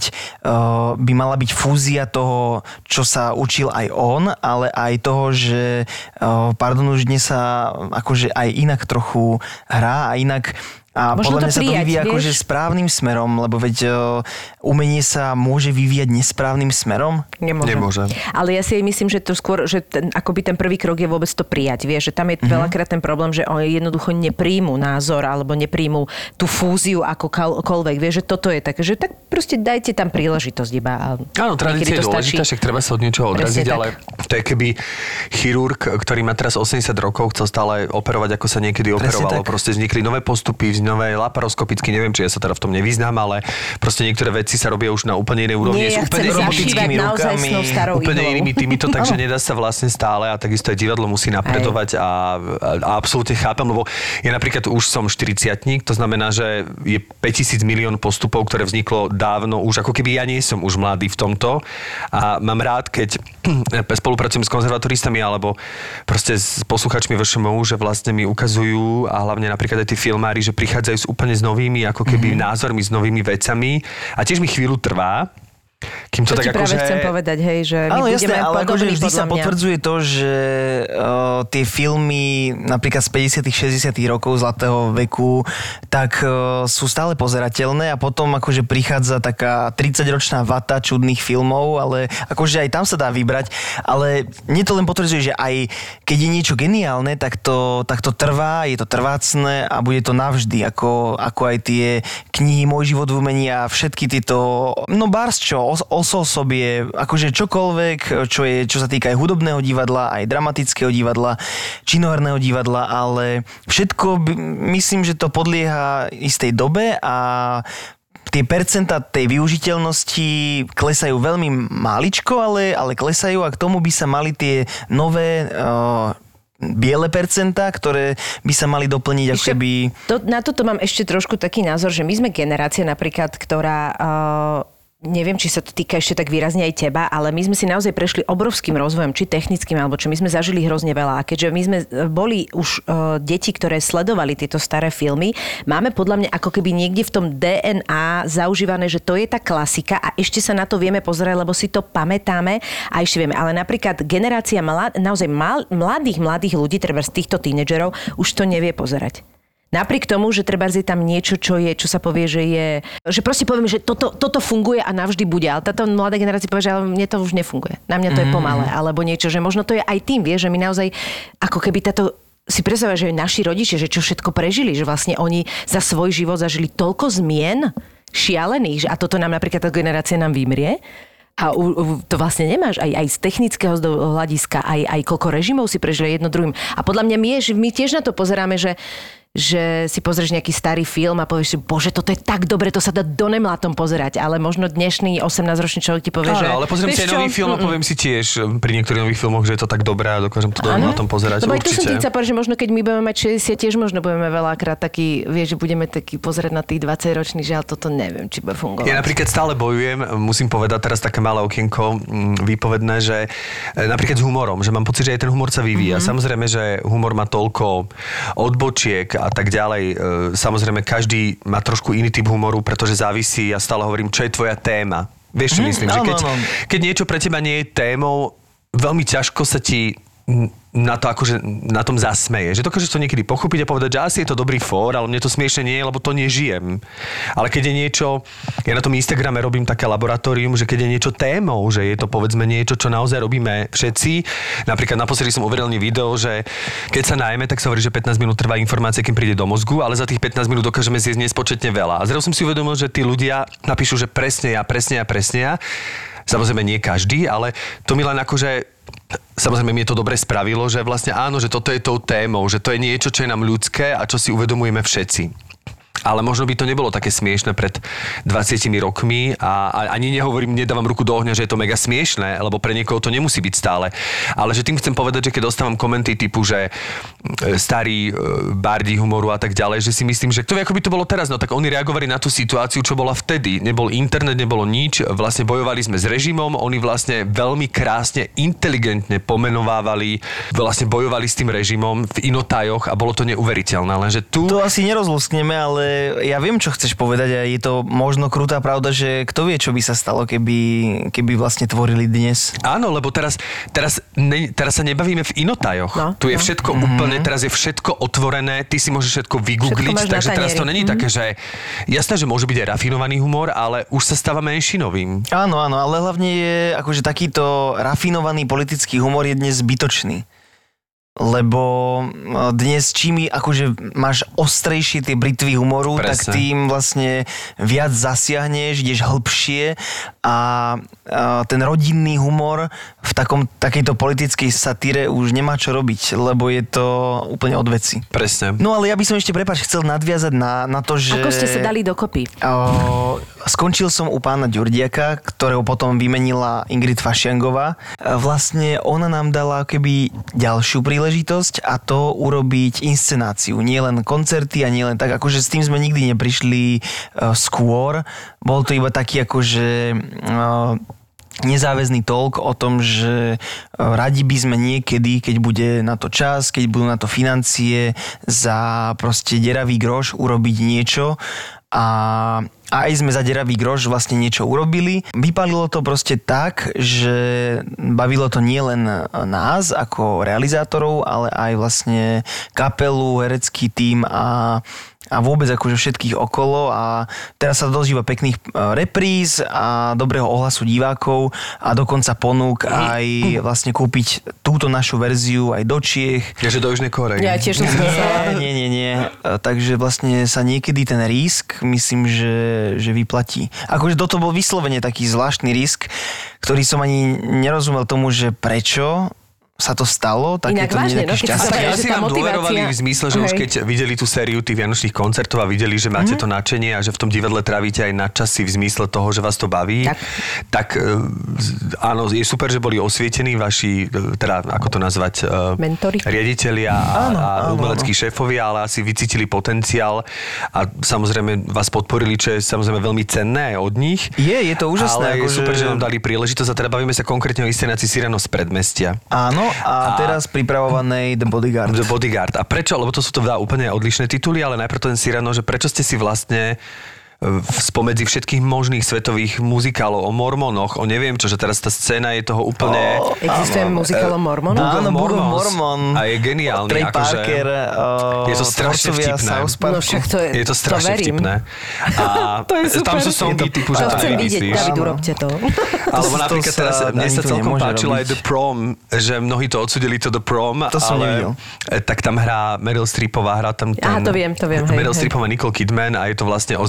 D: byť fúzia toho, čo sa učil aj on, ale aj toho, že už dnes sa akože aj inak trochu hrá a inak a
C: možno
D: podľa mňa sa to vyvíja akože
C: vieš?
D: Správnym smerom, lebo veď umenie sa môže vyvíjať nesprávnym smerom?
B: Nemôže.
C: Ale ja si myslím, že to skôr, že akoby ten prvý krok je vôbec to prijať, vieš, že tam je veľakrát ten problém, že oni jednoducho nepríjmu názor alebo nepríjmu tú fúziu akokoľvek, vieš, že toto je také, že tak proste dajte tam príležitosť iba.
B: Áno, tradícia je dôležitá, však treba sa od niečoho odraziť, ale to je keby chirurg, ktorý má teraz 80 rokov, chcel stále operovať, ako sa niekedy operovalo, proste vznikli nové postupy, nové laparoskopicky, neviem, či ja sa teda v tom nevyznám, ale proste niektoré veci sa robia už na úplne inej úrovni, sú úplne
D: robotickými rukami,
B: úplne inými týmito, takže nedá sa vlastne stále a takisto aj divadlo musí napredovať a absolútne chápem, lebo ja napríklad už som 40-tník, to znamená, že je 5000 milión postupov, ktoré vzniklo dávno, už ako keby ja nie som už mladý v tomto a mám rád, keď spolupracujem s konzervatoristami alebo proste s posluchačmi VŠMU, že vlastne mi ukazujú a hlavne napríklad aj tí filmári, že prichádzajú s novými ako keby názormi, s novými vecami a tiež mi chvíľu trvá, kým to tak
C: práve chcem povedať, hej, že my budeme
D: jasné, ale
C: podobní,
D: vždy sa potvrdzuje to, že tie filmy napríklad z 50 60 rokov zlatého veku tak sú stále pozerateľné a potom akože prichádza taká 30-ročná vata čudných filmov, ale akože aj tam sa dá vybrať, ale mne to len potvrdzuje, že aj keď je niečo geniálne, tak to trvá, je to trvácne a bude to navždy, ako aj tie knihy Môj život v umení a všetky tieto, osobie, akože čokoľvek, čo sa týka aj hudobného divadla, aj dramatického divadla, činoherného divadla, ale všetko myslím, že to podlieha istej dobe a tie percentá tej využiteľnosti klesajú veľmi maličko, ale klesajú a k tomu by sa mali tie nové biele percentá, ktoré by sa mali doplniť ako keby...
C: Na toto mám ešte trošku taký názor, že my sme generácia napríklad, ktorá... Neviem, či sa to týka ešte tak výrazne aj teba, ale my sme si naozaj prešli obrovským rozvojom, či technickým, alebo čo my sme zažili hrozne veľa. A keďže my sme boli už deti, ktoré sledovali tieto staré filmy, máme podľa mňa ako keby niekde v tom DNA zaužívané, že to je tá klasika a ešte sa na to vieme pozerať, lebo si to pamätáme a ešte vieme. Ale napríklad generácia naozaj mladých ľudí, treba z týchto tínedžerov, už to nevie pozerať. Napriek tomu, že treba je tam niečo, čo sa povie, že proste povieme, že toto funguje a navždy bude. Ale táto mladá generácia povie, že ale mne to už nefunguje. Na mňa to je pomalé. Alebo niečo, že možno to je aj tým, že my naozaj ako keby si predstavuje, že naši rodičia, že čo všetko prežili, že vlastne oni za svoj život zažili toľko zmien šialených, a toto nám napríklad tá generácia nám vymrie. A to vlastne nemáš aj z technického hľadiska, aj koľko režimov si prežili jedno druhým. A podľa mňa my tiež na to pozeráme, že že si pozrieš nejaký starý film a povieš si, bože, toto je tak dobre, to sa dá do nemlátom pozerať, ale možno dnešný 18-ročný človek ti povie, že...
B: ale pozriem si aj nový film a poviem si tiež pri niektorých nových filmoch, že je to tak dobré a dokážem to do nemlátom pozerať.
C: Lebo aj tu som ti chcela povedať, že možno keď my budeme mať 60, tiež možno budeme veľakrát taký, vieš, že budeme taký pozerať na tých 20-ročných, že ale toto neviem, či bude fungovať.
B: Ja napríklad stále bojujem, musím povedať teraz také malé okienko výpovedné, že napríklad s humorom, že mám pocit, že aj ten humor sa vyvíja. Samozrejme, že humor má toľko odbočiek a tak ďalej. Samozrejme, každý má trošku iný typ humoru, pretože závisí, ja stále hovorím, čo je tvoja téma. Vieš, čo myslím? Že keď niečo pre teba nie je témou, veľmi ťažko sa ti na to akože na tom zasmeje. Že dokážeš to niekedy pochopiť a povedať, že asi je to dobrý fór, ale mne to smiešne nie je, lebo to nežijem. Ale keď je niečo, ja na tom Instagrame robím také laboratórium, že keď je niečo témou, že je to povedzme niečo, čo naozaj robíme všetci. Napríklad naposledy som uveril video, že keď sa najeme, tak sa hovorí, že 15 minút trvá informácia, kým príde do mozgu, ale za tých 15 minút dokážeme zjesť nespočetne veľa. A zrazu som si uvedomil, že tí ľudia napíšu, že presne ja. Samozrejme nie každý, ale to mi len akože samozrejme mi je to dobre spravilo, že vlastne áno, že toto je tou témou, že to je niečo, čo je nám ľudské a čo si uvedomujeme všetci. Ale možno by to nebolo také smiešne pred 20 rokmi a ani nedávam ruku do ohňa, že je to mega smiešne, lebo pre niekoho to nemusí byť stále. Ale že tým chcem povedať, že keď dostávam komenty typu, že starí bardi humoru a tak ďalej, že si myslím, že to ako by to bolo teraz, no tak oni reagovali na tú situáciu, čo bola vtedy. Nebol internet, nebolo nič, vlastne bojovali sme s režimom, oni vlastne veľmi krásne, inteligentne pomenovávali, vlastne bojovali s tým režimom v inotajoch a bolo to neuveriteľné, lenže tu...
D: To asi nerozluskneme, ale ja viem, čo chceš povedať a je to možno krutá pravda, že kto vie, čo by sa stalo, keby vlastne tvorili dnes.
B: Áno, lebo teraz sa nebavíme v inotajoch. Tu je všetko úplne, teraz je všetko otvorené, ty si môžeš všetko vygoogliť, takže teraz to není také, že jasné, že môže byť aj rafinovaný humor, ale už sa stáva menšinovým.
D: Áno, ale hlavne je akože takýto rafinovaný politický humor je dnes zbytočný. Lebo dnes čím akože máš ostrejšie tie britvy humoru, tak tým vlastne viac zasiahneš, ideš hlbšie a ten rodinný humor v takejto politickej satíre už nemá čo robiť, lebo je to úplne od veci.
B: Presne.
D: No ale ja by som ešte, chcel nadviazať na to, že...
C: Ako ste sa dali dokopy?
D: Skončil som u pána Ďurdiaka, ktorého potom vymenila Ingrid Fašiangová. Vlastne ona nám dala keby ďalšiu príležitosť a to urobiť inscenáciu. Nie len koncerty a nie len tak, akože s tým sme nikdy neprišli skôr. Bol to iba taký akože nezáväzný talk o tom, že radi by sme niekedy, keď bude na to čas, keď budú na to financie, za proste deravý groš urobiť niečo a aj sme za deravý groš vlastne niečo urobili. Vypalilo to proste tak, že bavilo to nielen nás ako realizátorov, ale aj vlastne kapelu, herecký tím a vôbec akože všetkých okolo a teraz sa dožíva pekných repríz a dobrého ohlasu divákov a dokonca ponúk aj vlastne kúpiť túto našu verziu aj do Čiech.
B: Takže do Južnej Korei.
C: Ja tiež som myslela.
D: Nie. Takže vlastne sa niekedy ten risk, myslím, že vyplatí. Akože toto bol vyslovene taký zvláštny risk, ktorý som ani nerozumel tomu, že prečo sa to stalo, tak
C: inak
D: je to
C: vážne,
D: nejaké šťastie.
B: Asi nám dôverovali v zmysle, že už keď videli tú sériu tých vianočných koncertov a videli, že máte to nadšenie a že v tom divadle trávite aj nadčasy v zmysle toho, že vás to baví, tak áno, je super, že boli osvietení vaši, teda ako to nazvať,
C: mentori,
B: riaditelia a umeleckí šéfovia, ale asi vycítili potenciál a samozrejme vás podporili, čo je samozrejme veľmi cenné od nich.
D: Je to úžasné.
B: Ale je super, že nám dali príležitosť a teda bavíme sa konkrétne o inscenácii Cyrano z predmestia.
D: Áno, a teraz pripravovanej The Bodyguard.
B: The Bodyguard. A prečo? Lebo to sú to úplne odlišné tituly, ale najprv ten Cyrano, že prečo ste si vlastne spomedzi všetkých možných svetových muzikálov o mormonoch, o neviem čo, že teraz tá scéna je toho úplne...
C: Existuje muzikál o mormonoch?
D: Áno, Book of Mormon.
B: A je geniálny.
D: Trey Parker.
B: Je to strašne vtipné.
C: No však
B: je to strašne vtipné. A
C: to je super.
B: Tam sú songy typu, že to nevymyslíš.
C: David, urobte to.
B: Alebo napríklad teraz, mne sa celkom páčila aj The Prom, že mnohí to odsudili to The Prom,
D: to som nevidel.
B: Tak tam hrá Meryl Streepová, hrá tam
C: to viem.
B: Meryl Streepová, Nicole Kidman a je to vlastne o zhýralých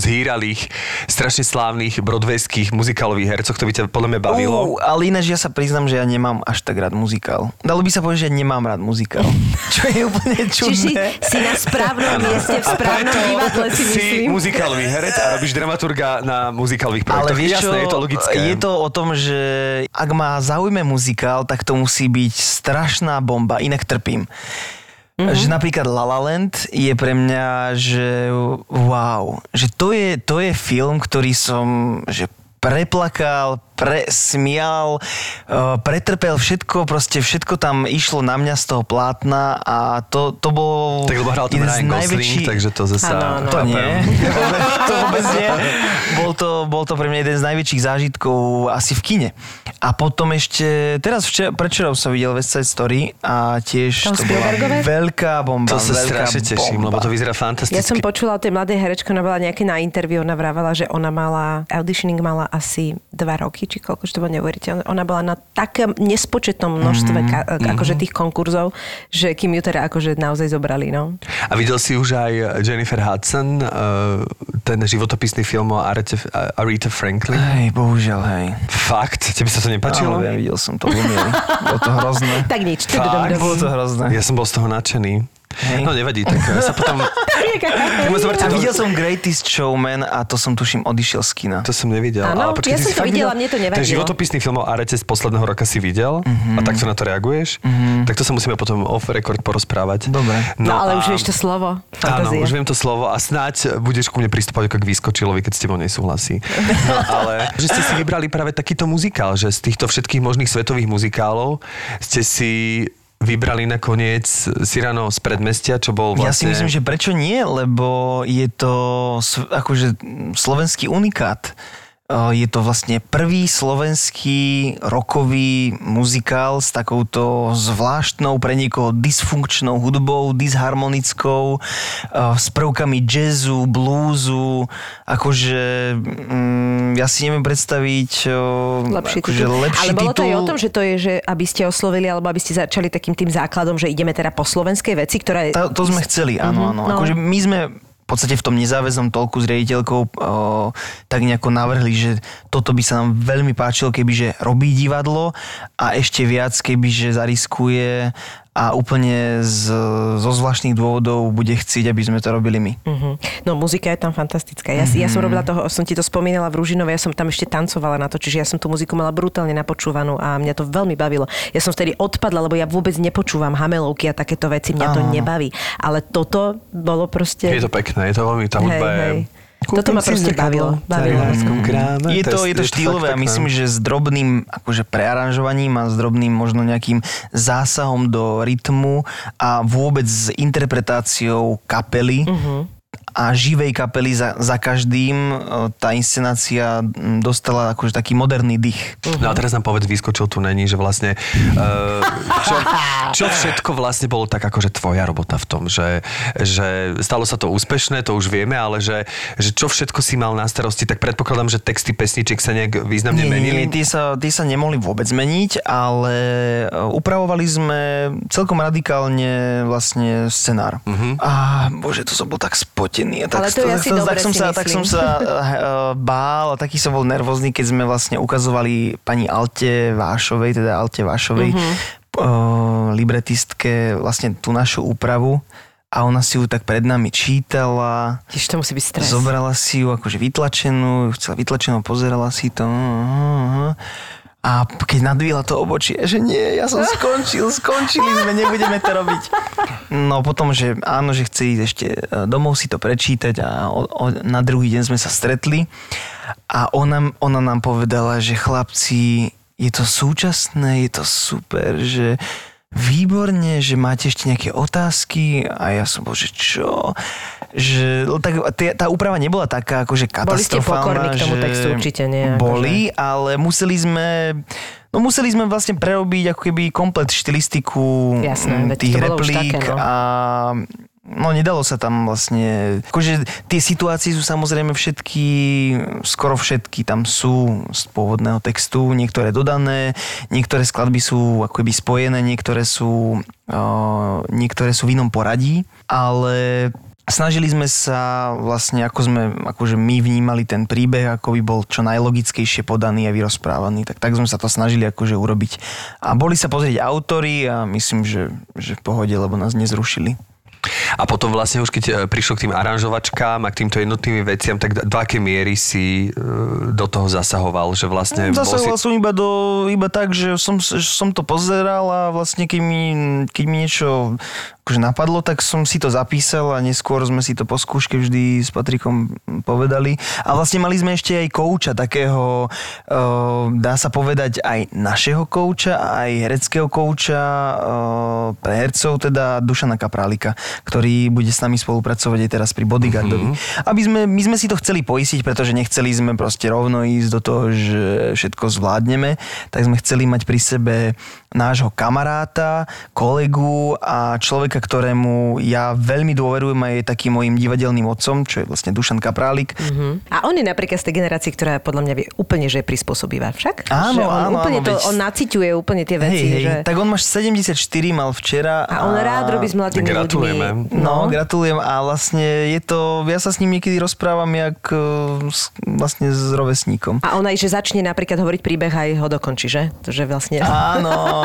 B: bývalých, strašne slávnych broadwayských muzikálových hercoch, to by ťa podľa mňa bavilo.
D: Ale ináč ja sa priznám, že ja nemám až tak rád muzikál. Dalo by sa povedať, že nemám rád muzikál. Čo je úplne čudné.
C: Čiže si na správnom mieste, v správnom divadle, si myslím.
B: Si muzikálový herec a robíš dramaturga na muzikálových projektoch.
D: Ale vieš čo,
B: jasné, je to logické.
D: Je to o tom, že ak ma zaujme muzikál, tak to musí byť strašná bomba, inak trpím. Že napríklad La La Land je pre mňa, že wow, že to je film, ktorý som že preplakal, smial, pretrpel všetko, proste všetko tam išlo na mňa z toho plátna a to bol...
B: Tak lebo hral tam Ryan Gosling, takže to zasa...
C: Ano.
D: To nie. To vôbec nie. Bol to pre mňa jeden z najväčších zážitkov asi v kine. A potom ešte, predvčerom som videl West Side Story a tiež to bola veľká bomba.
B: To sa strašne teším, lebo to vyzerá fantasticky.
C: Ja som počula o tej mladej herečke, ona bola nejaké na interview, ona vravala, že ona auditioning mala asi 2 roky, či koľko, že to bolo neuveriteľné. Ona bola na takom nespočetnom množstve akože tých konkurzov, že kým ju teda akože naozaj zobrali, no.
B: A videl si už aj Jennifer Hudson, ten životopisný film o Aretha Franklin?
D: Hej, bohužiaľ, hej.
B: Fakt? Tebe sa to nepáčilo?
D: Ja videl som to, bolo to hrozné.
C: Tak nič.
D: Bolo to hrozné.
B: Ja som bol z toho nadšený.
D: Hej.
B: No nevadí, tak sa potom...
D: A videl som Greatest Showman a to som tuším odišiel z kina.
B: To som nevidel.
C: Áno, ja som to videla, mne to nevadilo.
B: Ten životopisný film o Arete z posledného roka si videl a takto na to reaguješ, tak to sa musíme potom off record porozprávať.
D: Dobre.
C: No ale už vieš to slovo. Fantázia.
B: Áno, už viem to slovo a snáď budeš ku mne pristúpať ako k výskočilovi, keď s tebou nesúhlasí. No ale že ste si vybrali práve takýto muzikál, že z týchto všetkých možných svetových muzikálov ste si vybrali nakoniec Cyrano z predmestia, čo bol vlastne...
D: Ja si myslím, že prečo nie, lebo je to akože slovenský unikát. Je to vlastne prvý slovenský rockový muzikál s takouto zvláštnou, pre niekoho dysfunkčnou hudbou, disharmonickou, s prvkami jazzu, bluesu, akože ja si neviem predstaviť lepší titul.
C: Ale bolo to aj o tom, že to je, že aby ste oslovili, alebo aby ste začali takým tým základom, že ideme teda po slovenskej veci, ktorá je...
D: To sme chceli, áno. No. Akože my sme v podstate v tom nezáväznom toľku s riaditeľkou tak nejako navrhli, že toto by sa nám veľmi páčilo, kebyže robí divadlo a ešte viac, kebyže zariskuje a úplne zo zvláštnych dôvodov bude chcieť, aby sme to robili my.
C: No muzika je tam fantastická. Ja som robila toho, som ti to spomínala v Ružinove, ja som tam ešte tancovala na to, čiže ja som tú muziku mala brutálne napočúvanú a mňa to veľmi bavilo. Ja som vtedy odpadla, lebo ja vôbec nepočúvam hamelovky a takéto veci, mňa to nebaví. Ale toto bolo proste...
B: Je to pekné, je to veľmi, tá hudba je...
C: Toto ma proste bavilo.
D: Je to štýlové a myslím, že s drobným akože prearanžovaním a s drobným možno nejakým zásahom do rytmu a vôbec s interpretáciou kapely a živej kapely za každým tá inscenácia dostala akože taký moderný dých.
B: No a teraz nám povedz, vyskočil tu není, že vlastne čo všetko vlastne bolo tak akože tvoja robota v tom, že stalo sa to úspešné, to už vieme, ale že čo všetko si mal na starosti, tak predpokladám, že texty pesničiek sa nejak významne menili.
D: Nie, tie sa nemohli vôbec meniť, ale upravovali sme celkom radikálne vlastne scenár. A bože, to som bol tak spotený.
C: Ale to je asi dobre,
D: tak som sa bál a taký som bol nervózny, keď sme vlastne ukazovali pani Alte Vášovej, libretistke vlastne tú našu úpravu a ona si ju tak pred nami čítala.
C: Tiež to musí byť stres.
D: Zobrala si ju akože vytlačenú, pozerala si to. A keď nadvihla to obočie, že nie, ja som skončili sme, nebudeme to robiť. No potom, že áno, že chce ísť ešte domov si to prečítať a na druhý deň sme sa stretli a ona nám povedala, že chlapci, je to súčasné, je to super, že výborne, že máte ešte nejaké otázky a ja som bol, že čo? Že tá úprava nebola taká akože katastrofálna.
C: Boli ste pokorní k tomu textu určite, nie?
D: Boli, ale museli sme vlastne prerobiť ako keby komplet štilistiku tých replík také, a no nedalo sa tam vlastne, akože tie situácie sú samozrejme skoro všetky tam sú z pôvodného textu, niektoré dodané, niektoré skladby sú ako keby spojené, niektoré sú v inom poradí, ale Snažili sme sa vlastne, akože my vnímali ten príbeh, ako by bol čo najlogickejšie podaný a vyrozprávaný. Tak sme sa to snažili akože urobiť. A boli sa pozrieť autori a myslím, že v pohode, lebo nás nezrušili.
B: A potom vlastne už keď prišlo k tým aranžovačkám a k týmto jednotným veciam, tak do akej miery si do toho zasahoval? Že vlastne
D: zasahoval som iba tak, že som to pozeral a vlastne keď mi niečo akože napadlo, tak som si to zapísal a neskôr sme si to po skúške vždy s Patrikom povedali. A vlastne mali sme ešte aj kouča, takého, dá sa povedať, aj našeho kouča, aj hereckého kouča pre hercov, teda Dušana Kaprálika, ktorý bude s nami spolupracovať aj teraz pri Bodyguardovi. My sme si to chceli poistiť, pretože nechceli sme proste rovno ísť do toho, že všetko zvládneme, tak sme chceli mať pri sebe nášho kamaráta, kolegu a človeka, ktorému ja veľmi dôverujem a je takým mojím divadelným otcom, čo je vlastne Dušan Kaprálik.
C: A on je napríklad z tej generácie, ktorá podľa mňa vie úplne, že je prispôsobivá však?
D: Áno,
C: on naciťuje úplne tie veci. Že...
D: Tak on máš 74, mal včera.
C: A on rád robí s mladými ľuďmi.
D: No, gratulujem a vlastne je to, ja sa s ním niekedy rozprávam jak vlastne s rovesníkom.
C: A on aj, že začne napríklad hovoriť príbeh a aj ho dokončí, že? To, že vlastne...
D: Áno.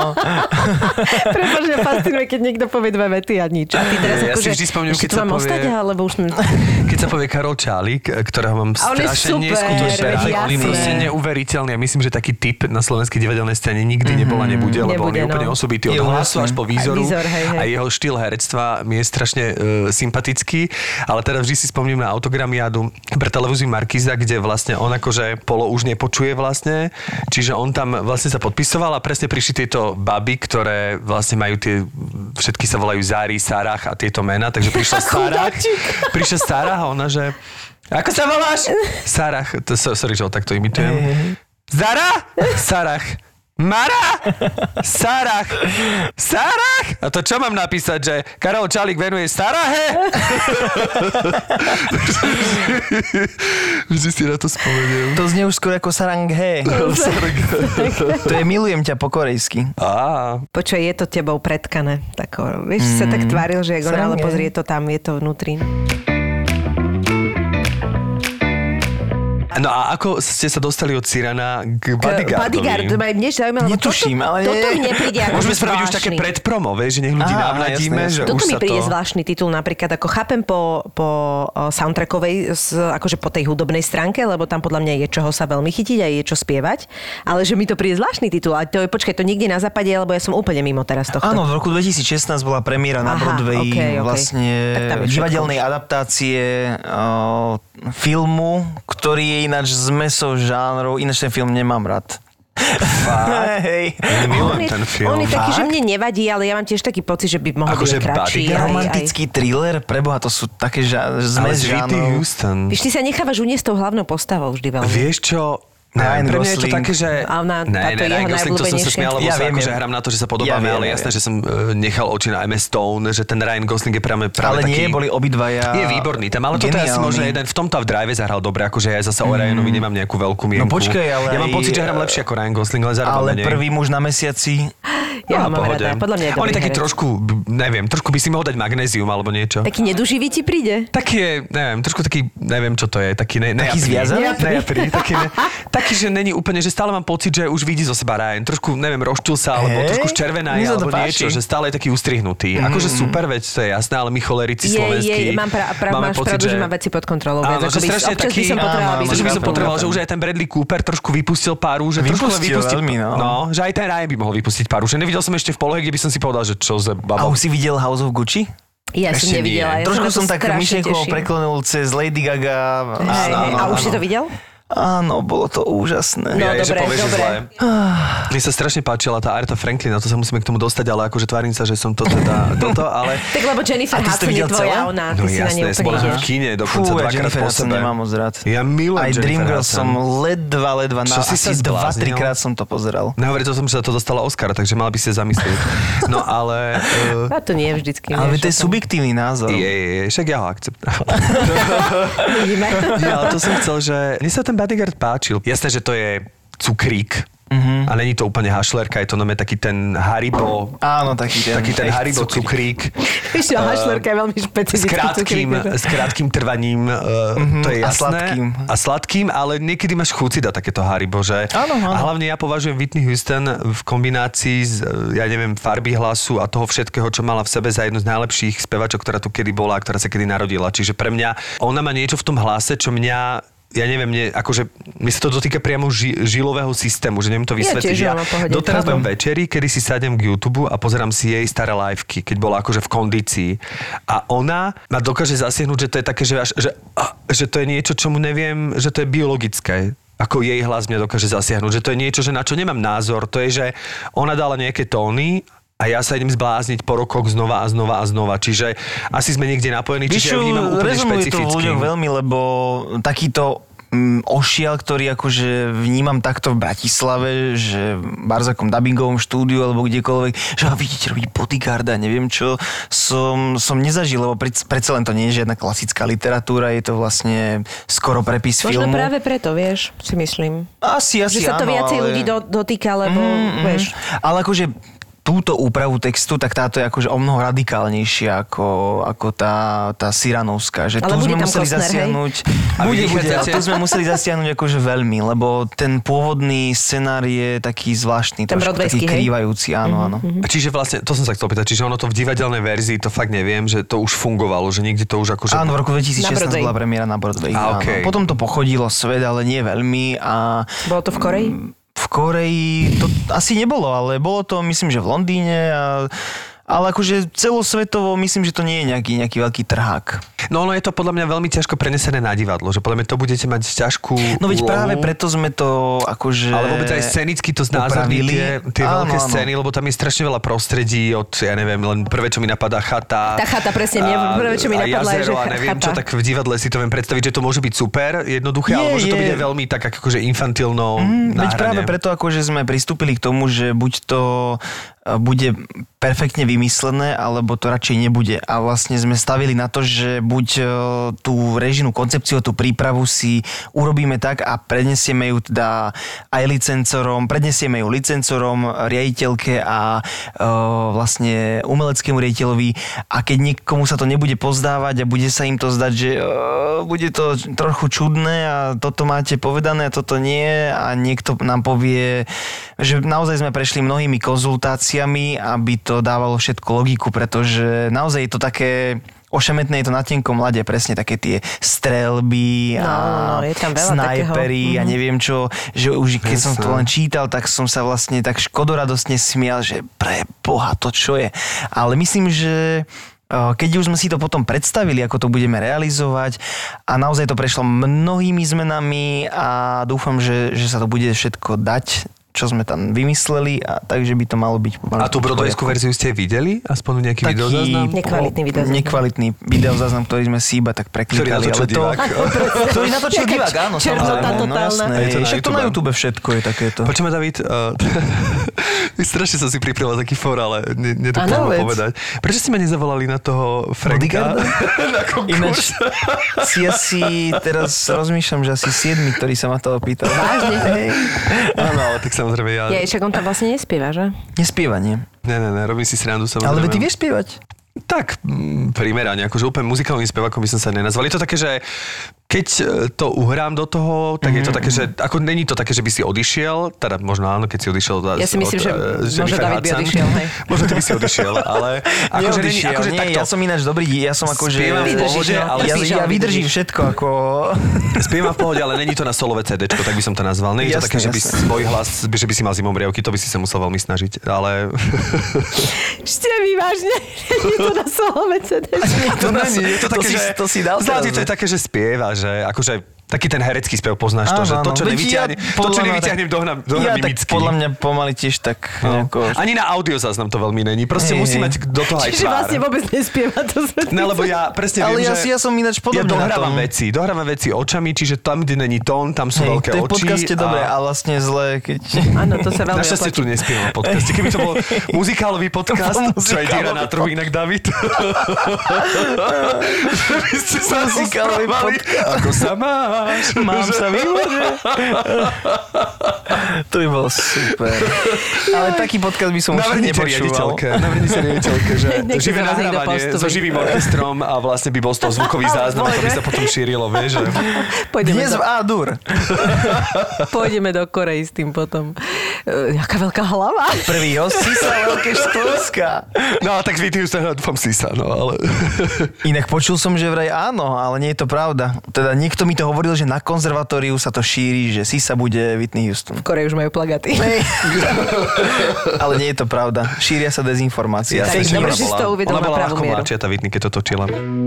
C: Prepáč, že fascinuje, keď niekto povie dve vety a nič. A ty teraz
B: ja si vždy spomínam, keď sa povie...
C: Ostať, alebo už sme...
B: Keď sa povie Karol Čálik, ktorého mám strašne neskutočne rád, on je proste neuveriteľný. Ja myslím, že taký typ na slovenskej divadelnej scéne nikdy nebol a nebude, lebo on je úplne osobitý od hlasu až po výzoru. A jeho štýl herectva mi je strašne sympatický. Ale teraz vždy si spomínam na autogramiádu pre televíziu Markíza, kde vlastne on akože Polo už nepočuje vlastne. Čiže on tam vlastne sa podpisoval a presne prišli tieto baby, ktoré vlastne majú tie, všetky sa volajú Zári, Sarah a tieto mená, takže prišla Sarah a ona, že ako sa voláš? Sarah, sorry, že ho takto imitujem. Zara? Sarah. Mara? Sarah. Sarah? A to čo mám napísať, že Karol Čálik venuje Sarahe? Vždy si na to spomeniem.
D: To znie už skôr ako Saranghe. To je milujem ťa po korejsky.
C: Počuj, je to tebou pretkané. Vieš, sa tak tváril, že je ale pozrie to tam, je to vnútri.
B: No a ako ste sa dostali od Cyrana k Bodyguardovi?
C: Bodyguard, to ma dnes zaujímavé.
D: Netuším, ale
C: toto mi nepríde ako
B: môžeme spraviť už také predpromo, vieš, že nech ľudí navnadíme, že
C: toto
B: už
C: mi
B: sa
C: príde
B: to...
C: zvláštny titul, napríklad ako chápem po soundtrackovej, akože po tej hudobnej stránke, lebo tam podľa mňa je čoho sa veľmi chytiť a je čo spievať, ale že mi to príde zvláštny titul. A to je, počkaj, to niekde na západe, lebo ja som úplne mimo teraz tohto.
D: Áno, v roku 2016 bola premiéra na Broadway, vlastne divadelnej adaptácie filmu, ktorý je ináč zmesou žánrov, ináč ten film nemám rád.
B: Fakt? Milujem ten film.
C: On je taký, že mne nevadí, ale ja mám tiež taký pocit, že by mohol byť kratší.
D: Romantický thriller, preboha, to sú také zmes žánrov.
C: Víš, ty sa nechávaš uniesť tou hlavnou postavou vždy veľmi.
B: Vieš čo...
D: Ryan
B: pre mňa je to
D: Gosling.
B: také, že...
C: Ryan
B: Gosling, to som sa smial, lebo sa akože hrám na to, že sa podobáme, ale jasné, že som nechal oči na Emma Stone, že ten Ryan Gosling je práve
D: ale
B: taký...
D: Ale nie, boli obidvaja...
B: Je výborný tam, ale toto je asi možno jeden v tomto a v Drive zahral dobre, akože ja zasa o Ryanovi nemám nejakú veľkú mienku.
D: No počkaj, ale...
B: Ja mám pocit, že hrám lepšie ako Ryan Gosling, ale zároveň menej.
D: Ale prvý muž na mesiaci...
C: Ja ho mám rada, podľa mňa je dobrý
B: On je taký
C: herec.
B: trošku, neviem, trošku by si mohol dať magnézium alebo niečo.
C: Taký neduživý ti príde?
B: Taký je, neviem, trošku taký, neviem čo to je, taký
D: zviazaný?
B: Taký, že není úplne, že stále mám pocit, že už vidí zo seba Ryan. Trošku, neviem, rozčul sa, alebo trošku červená je, alebo niečo, že stále je taký ustrihnutý. Akože super, veď to je jasné, ale my cholerici slovenskí.
C: Máš pravdu, že má veci pod kontrolou.
B: Áno, že strašne taký, že by som potreboval, že už aj ten Bradley Cooper trošku vypustil paru, že trošku vypustil, no, že aj ten Ryan by mohol vypustiť paru. Že nevidel som ešte v polohe, kde by som si povedal, že čo za baba.
D: A už si videl House of Gucci?
C: Ja som nevidela.
D: Trošku som tak myšlienkovo preklonul cez Lady Gaga.
C: A už si to videl?
D: Áno, bolo to úžasné.
C: No, dobre.
B: Mne sa strašne páčila tá Aretha Franklin, na to sa musíme k tomu dostať, ale akože tvárim sa, že som to teda toto, ale...
C: Tak lebo Jennifer Hudson je tvoja, ona, ty si na nej úplne
B: v kine, dokonca dvakrát po sebe.
D: Nemám moc rád.
B: Ja milujem
D: aj Dreamgirls som ledva asi 2-3 krát som to pozeral.
B: Nehovorí to som, že to dostala Oscar, takže mala by si zamyslieť. No ale...
C: A to nie je vždycky.
D: Ale to je subjektívny názor.
B: Je, však ja ho akceptujem. Ja, to som chcel, že... Mne sa ten Bodyguard páčil. Jasné, že to je cukrík. A není to úplne hašlerka, je to nome taký ten Haribo.
D: Áno, taký
B: ten Haribo cukrík.
C: Ešte hašlerka je veľmi špecifický
B: s krátkým trvaním, to je jasné. A sladkým, ale niekedy máš chuť si dať takéto Haribo, že?
D: Áno.
B: A hlavne ja považujem Whitney Houston v kombinácii s, ja neviem, farby hlasu a toho všetkého, čo mala v sebe za jednu z najlepších spevačok, ktorá tu kedy bola a ktorá sa kedy narodila. Čiže pre mňa, ona má niečo v tom hlase, čo mňa ja neviem, akože mi sa to dotýka priamo žilového systému, že neviem to vysvetliť. Ja doteraz mám večeri, kedy si sadnem k YouTube a pozerám si jej staré liveky, keď bola akože v kondícii. A ona ma dokáže zasiahnuť, že to je také, že to je niečo, čomu neviem, že to je biologické. Ako jej hlas mňa dokáže zasiahnuť. Že to je niečo, že na čo nemám názor. To je, že ona dala nejaké tóny a ja sa idem zblázniť po rokoch znova. Čiže asi sme niekde napojení, čiže ja vnímam úplne špecificky.
D: Rezonuje to ľuďom veľmi, lebo takýto ošial, ktorý akože vnímam takto v Bratislave, že v Barzakom dubbingovom štúdiu alebo kdekoľvek, že vidíte robiť bodyguarda, neviem čo, som nezažil, lebo predsa len to nie je žiadna klasická literatúra, je to vlastne skoro prepis filmu.
C: Možno práve preto, vieš, si myslím.
D: Asi
C: že sa to
D: áno,
C: viacej ľudí dotýka, lebo vieš.
D: Ale akože túto úpravu textu, tak táto je akože o mnoho radikálnejšia ako tá Cyranouská. Že
C: ale
D: tu sme
C: museli
D: zasiahnuť. Bude. A tu sme museli zasiahnuť akože veľmi, lebo ten pôvodný scenár je taký zvláštny, trošku taký krývajúci. Áno.
B: Čiže vlastne, to som sa chcel pýtať, čiže ono to v divadelnej verzii, to fakt neviem, že to už fungovalo, že niekde to už akože...
D: Áno, v roku 2016 bola premiéra na Broadway.
B: Okay.
D: Potom to pochodilo svet, ale nie veľmi.
C: Bolo to v Koreji?
D: V Koreji to asi nebolo, ale bolo to, myslím, že v Londýne ale akože celosvetovo myslím, že to nie je nejaký veľký trhák.
B: No ono je to podľa mňa veľmi ťažko prenesené na divadlo, že podľa mňa to budete mať ťažkú
D: No veď práve preto sme to akože
B: ale vôbec aj scenicky to znázornili tie veľké scény, lebo tam je strašne veľa prostredí od, ja neviem, len prvé, čo mi napadá chata.
C: Tá chata, presne, prvé, čo mi napadla je, že
B: a neviem čo, tak v divadle si to viem predstaviť, že to môže byť super, jednoduché, ale môže to byť veľmi tak akože infantilnou
D: Veď práve preto akože sme pristúpili k tomu, že buď to bude perfektne vymyslené, alebo to radšej nebude. A vlastne sme stavili na to, že buď tú režijnú koncepciu, tú prípravu si urobíme tak a prednesieme ju teda aj prednesieme ju licencorom, riaditeľke a vlastne umeleckému riaditeľovi a keď niekomu sa to nebude pozdávať a bude sa im to zdať, že bude to trochu čudné a toto máte povedané a toto nie a niekto nám povie, že naozaj sme prešli mnohými konzultáciami, aby to dávalo všetko logiku, pretože naozaj je to také ošemetné, je to na tenkom ľade, presne také tie strelby a snajpery a neviem čo, že už keď som to len čítal, tak som sa vlastne tak škodoradostne smial, že pre Boha, to čo je. Ale myslím, že keď už sme si to potom predstavili, ako to budeme realizovať a naozaj to prešlo mnohými zmenami a dúfam, že sa to bude všetko dať, čo sme tam vymysleli a takže by to malo byť...
B: A tú broadwayskú verziu ste videli? Aspoň nejaký videozáznam?
C: Nekvalitný videozáznam.
D: Nekvalitný videozáznam, ktorý sme si iba tak preklikali.
B: Ktorý natočil divák.
D: Ktorý natočil divák, áno, samozrejme. No jasné. Však to na YouTube všetko je takéto.
B: Počujeme, David, strašne som si pripravil taký for, ale nedokážem povedať. Prečo si ma nezavolali na toho Franka? Na konkurs?
D: Ináč si teraz rozmýšľam, že asi 7, ktorý sa ma toho pýtal.
C: Vážne?
B: Áno, tak samozrejme ja...
C: Však on tam vlastne nespieva, že?
D: Nespieva, nie?
B: Ne, robím si srandu samozrejme.
D: Ale ty vieš spievať?
B: Tak, primerane, akože úplne muzikálnym spevákom by som sa nenazval. Je to také, že keď to uhrám do toho, tak je to také, že ako není to také, že by si odišiel, teda možno áno, keď si odišiel
C: ja si myslím, že možno David by odišiel, hej.
B: Možno ty by si odišiel, ale akože
D: nie, ja som ináč dobrý, ja som akože
B: spievam v pohode, ale
D: ja vydržím všetko, ako...
B: Spievam v pohode, ale není to na solové CDčko, tak by som to nazval. Nie je to také, že by svoj hlas, že by si mal zimomrievky, to by si sa musel veľmi snažiť, ale...
C: Števý, vážne, je to na solové CDčko.
B: To není, je to také, že...
D: To si dal teraz.
B: To je také, že spieva, že akože taký ten herecký spev, poznáš to, že to, čo nevyťahnem, dohnám mimicky.
D: Tak podľa mňa pomaly tiež tak nejako...
B: Ani na audio záznam to veľmi není. Proste musí mať do toho aj tvár.
C: Čiže vlastne vôbec nespieva to.
B: Ne, lebo ja presne viem, že...
D: Ale ja som ináč podobný na tom.
B: Dohrávam veci očami, čiže tam, kde není tón, tam sú veľké oči.
D: To je v podcaste dobre, a vlastne zle, keď...
C: Áno, to sa veľmi opáči.
B: Našťastie tu nespievam v podcaste. Keby to bol muzikálový podcast, čo je diera na trhu inak, David. Že by ste sa rozprávali Ako sa máš?
D: Mám sa výborne. To by bolo super. Ale taký podcast by som už nepočúval.
B: Navrni sa riaditeľke, že živé nahrávanie so živým orchestrom a vlastne by bol z toho zvukový záznam, ako by sa potom šírilo, vieš, že...
D: Dnes v A-dur.
C: Pôjdeme do Korei s tým potom. Jaká veľká hlava.
D: Prvý host Sisa Veľké Štolská.
B: No, tak zvýtým sa, dúfam Sisa, no, ale...
D: Inak počul som, že vraj áno, ale nie je to pravda. Teda niekto mi to hovoril, že na konzervatóriu sa to šíri, že Sisa bude Whitney Houston.
C: V Koreji už majú plagaty.
D: Ale nie je to pravda. Šíria sa dezinformácie.
C: Dobre, že si to uvedol na pravú mieru.
B: Ona bola ľahko mladšia, tá Whitney, keď to točila.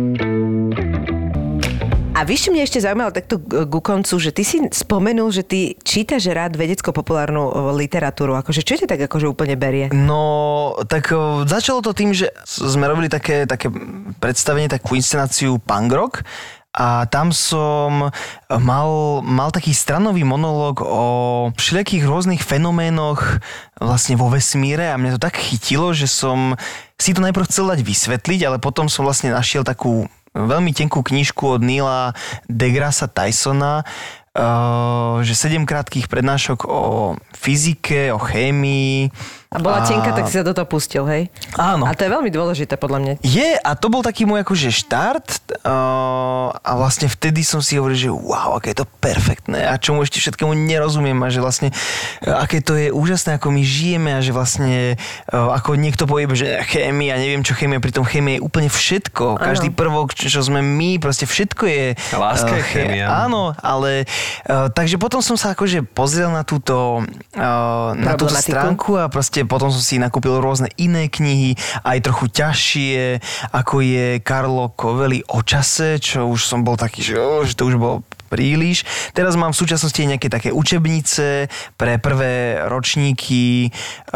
C: A víš, čo mňa ešte zaujímalo takto ku koncu, že ty si spomenul, že ty čítaš rád vedecko-populárnu literatúru. Akože čo ťa tak akože úplne berie?
D: No, tak začalo to tým, že sme robili také predstavenie, takú inscenáciu Punk Rock. A tam som mal taký stranový monológ o všelijakých rôznych fenoménoch vlastne vo vesmíre a mňa to tak chytilo, že som si to najprv chcel dať vysvetliť, ale potom som vlastne našiel takú veľmi tenkú knižku od Neila deGrasse Tysona, že 7 krátkých prednášok o fyzike, o chémii.
C: A bola tenká, tak si sa do toho pustil, hej?
D: Áno.
C: A to je veľmi dôležité, podľa mňa.
D: Je, a to bol taký môj akože štart a vlastne vtedy som si hovoril, že wow, aké je to perfektné a čomu ešte všetkému nerozumiem a že vlastne aké to je úžasné, ako my žijeme a že vlastne ako niekto povie, že chémia, neviem čo chémia, pritom chémia je úplne všetko. Každý prvok, čo sme my, proste všetko je
B: láska je chémia.
D: Áno, ale takže potom som sa akože pozrel na túto stránku a proste potom som si nakúpil rôzne iné knihy, aj trochu ťažšie, ako je Carlo Covelli O čase, čo už som bol taký, že to už bolo príliš. Teraz mám v súčasnosti nejaké také učebnice pre prvé ročníky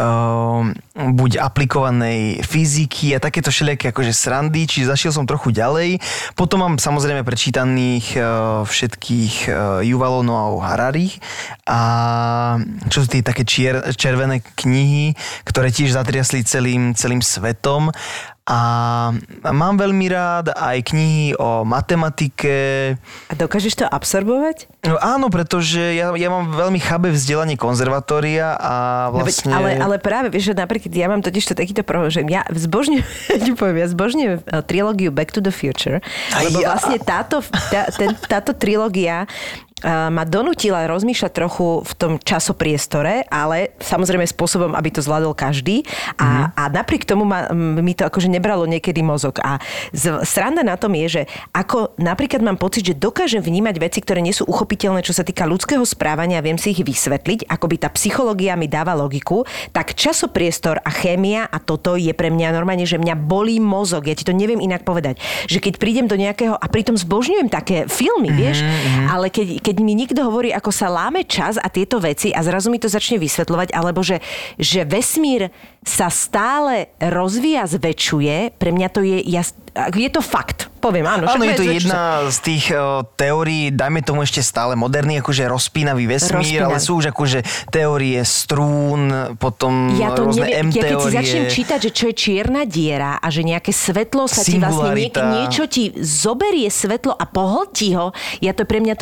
D: buď aplikovanej fyziky a takéto všelijaké akože srandy, čiže zašiel som trochu ďalej. Potom mám samozrejme prečítaných všetkých Yuvalov Noah Harari a čo sú tie také červené knihy, ktoré tiež zatriasli celým svetom. A mám veľmi rád aj knihy o matematike.
C: A dokážeš to absorbovať?
D: No áno, pretože ja mám veľmi chabé vzdelanie konzervatória a vlastne...
C: No, ale práve, vieš, že napríklad ja mám totiž to takýto problém, že ja zbožňujem trilógiu Back to the Future, lebo vlastne táto trilógia ma donútila rozmýšľať trochu v tom časopriestore, ale samozrejme spôsobom, aby to zvládol každý. A napriek tomu mi to akože nebralo niekedy mozog. A sranda na tom je, že ako napríklad mám pocit, že dokážem vnímať veci, ktoré nie sú uchopiteľné, čo sa týka ľudského správania, viem si ich vysvetliť, ako by tá psychológia mi dáva logiku, tak časopriestor a chémia a toto je pre mňa normálne, že mňa bolí mozog. Ja ti to neviem inak povedať. Že keď prídem do nejakého, a pritom zbožňujem také filmy, vieš, ale keď mi niekto hovorí, ako sa láme čas a tieto veci a zrazu mi to začne vysvetľovať, alebo že vesmír sa stále rozvíja, zväčšuje, pre mňa to je to fakt. Poviem, áno.
D: Áno, je to jedna z tých teórií, dajme tomu ešte stále moderný, akože rozpínavý vesmír, ale sú už akože teórie strún, potom rôzne M-teórie. Ja keď si začnem čítať, že čo je čierna diera a že nejaké svetlo sa ti vlastne niečo ti zoberie svetlo a pohltí ho, ja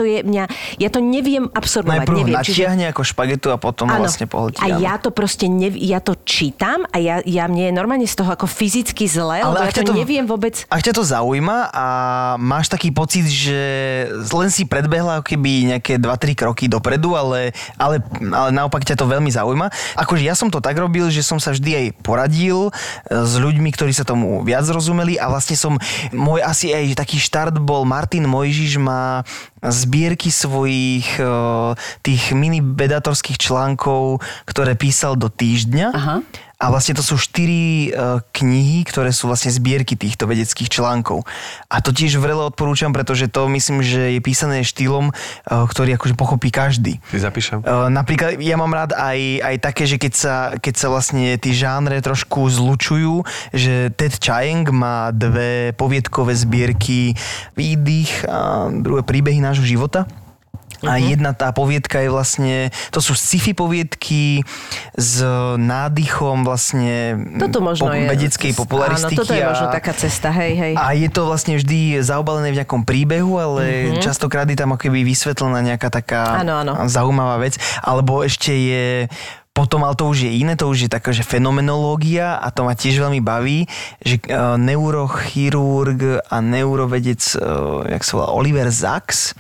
D: to neviem absorbovať. Najprv natiahne ako špagetu a potom vlastne pohltí.
C: A ja to proste ja to čítam a mne je normálne z toho ako fyzicky zle, lebo ja to neviem vôbec.
D: Ak ťa to zaujíma a máš taký pocit, že len si predbehla keby nejaké 2-3 kroky dopredu, ale naopak ťa to veľmi zaujíma. Akože ja som to tak robil, že som sa vždy aj poradil s ľuďmi, ktorí sa tomu viac rozumeli a vlastne môj asi aj taký štart bol Martin Mojžiš má zbierky svojich tých mini bedátorských článkov, ktoré písal do týždňa. Aha. A vlastne to sú 4 knihy, ktoré sú vlastne zbierky týchto vedeckých článkov. A to tiež vrele odporúčam, pretože to myslím, že je písané štýlom, ktorý akože pochopí každý.
B: Si zapíšem.
D: Napríklad ja mám rád aj také, že keď sa vlastne tí žánre trošku zlučujú, že Ted Chiang má 2 poviedkové zbierky Výdych a druhé Príbehy nášho života. A jedna tá poviedka je vlastne, to sú sci-fi poviedky s nádychom vlastne vedeckej popularistiky.
C: Áno, toto je možno taká cesta, hej.
D: A je to vlastne vždy zaobalené v nejakom príbehu, ale častokrát je tam akoby vysvetlená nejaká taká zaujímavá vec. Alebo ešte je... Potom, ale to už je iné, to už je taká, že fenomenológia a to ma tiež veľmi baví, že neurochirurg a neurovedec, jak sa volá, Oliver Sacks,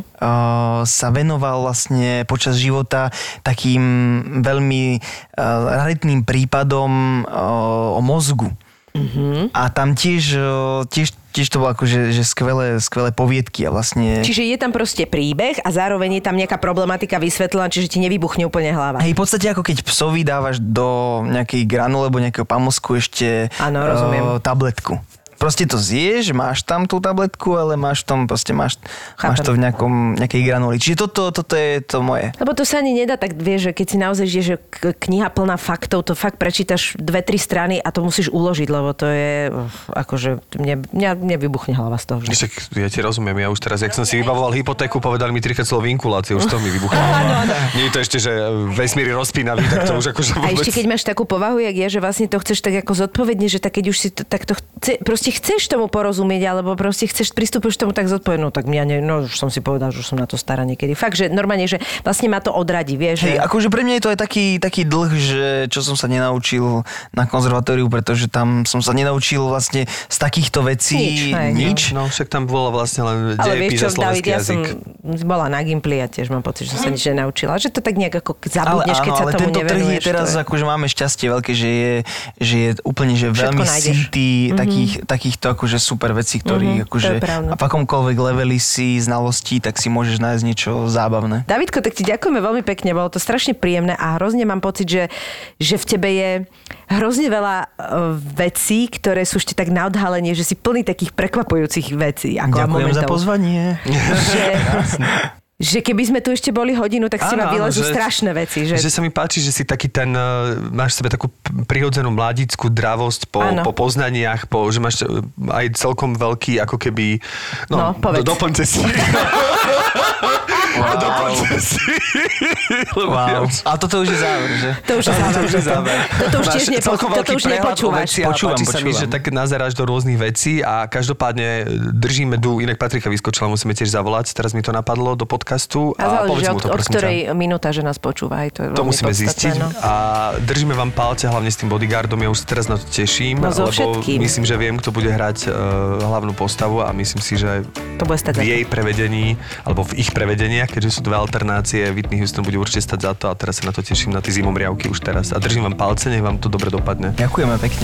D: sa venoval vlastne počas života takým veľmi raritným prípadom o mozgu. A tam tiež to bolo akože že skvelé poviedky a vlastne...
C: Čiže je tam proste príbeh a zároveň je tam nejaká problematika vysvetlená, čiže ti nevybuchne úplne hlava.
D: Hej, v podstate ako keď psovi dávaš do nejakej granule alebo nejakého pamozku ešte tabletku. Proste to zješ, máš tam tú tabletku, ale máš to v nejakej granuli. Čiže toto je to moje.
C: Lebo to sa ani nedá tak, vieš, že keď si naozaj žiješ, že kniha plná faktov, to fakt prečítaš 2-3 strany a to musíš uložiť, lebo to je akože mne vybuchne hlava z toho. Že...
B: Ja ti rozumiem, ja už teraz, jak som si vybavoval hypotéku, povedali mi 3-krát slovo vinkulácie, už to mi vybuchne hlava. Nie je to ešte, že vesmír je rozpínavý, tak to už akože vôbec...
C: A ešte keď máš takú povahu, jak je, že vlastne to chceš tak ako zodpovedne, že tak keď už si to takto proste chceš tomu porozumieť, alebo proste chceš pristúpiť tomu tak zodpovednú, tak už som si povedal, že som na to stará niekedy. Fakt, že normálne, že vlastne ma to odradí, vieš.
D: Hej, akože pre mňa je to aj taký dlh, že čo som sa nenaučil na konzervatóriu, pretože tam som sa nenaučil vlastne z takýchto vecí nič.
B: No, však tam bola vlastne len dejepis a slovenský jazyk.
C: Ja som bola na Gimply a tiež mám pocit, že som sa nič nenaučila. Že to tak nejak ako zabudneš, keď sa tomu nevenuješ. Ale tento trh je teraz, akože máme šťastie veľké, že je úplne, že veľmi city takýchto akože super veci, ktorý akože a v akomkoľvek leveli si znalostí, tak si môžeš nájsť niečo zábavné. Davidko, tak ti ďakujeme veľmi pekne, bolo to strašne príjemné a hrozne mám pocit, že v tebe je hrozne veľa vecí, ktoré sú ešte tak na odhalenie, že si plný takých prekvapujúcich vecí.
D: Ďakujem za pozvanie.
C: Že keby sme tu ešte boli hodinu, tak si ma vylezú strašné veci.
B: Že sa mi páči, že si taký ten, máš v sebe takú prirodzenú mladickú dravosť po poznaniach, že máš aj celkom veľký, ako keby... doplňte si. Doplňte si.
D: Wow. A toto už je záver, že?
C: To už je záver. Toto už nepočúvaš.
B: Páči sa mi, že tak nazeráš do rôznych vecí a každopádne držíme inak Patrika vyskočila, musíme tiež zavolať, teraz mi to napadlo do podcastu.
C: A záleží, od ktorej minúta, že nás počúva.
B: To musíme zistiť. A držíme vám palce hlavne s tým bodyguardom, ja už sa teraz na to teším, lebo myslím, že viem, kto bude hrať hlavnú postavu a myslím si, že v jej prevedení, alebo v ich prevedeniach, keďže sú dve alternácie, Whitney Houston bude určite stať za to a teraz sa na to teším, na tie zimomriavky už teraz. A držím vám palce, nech vám to dobre dopadne.
D: Ďakujeme pekne.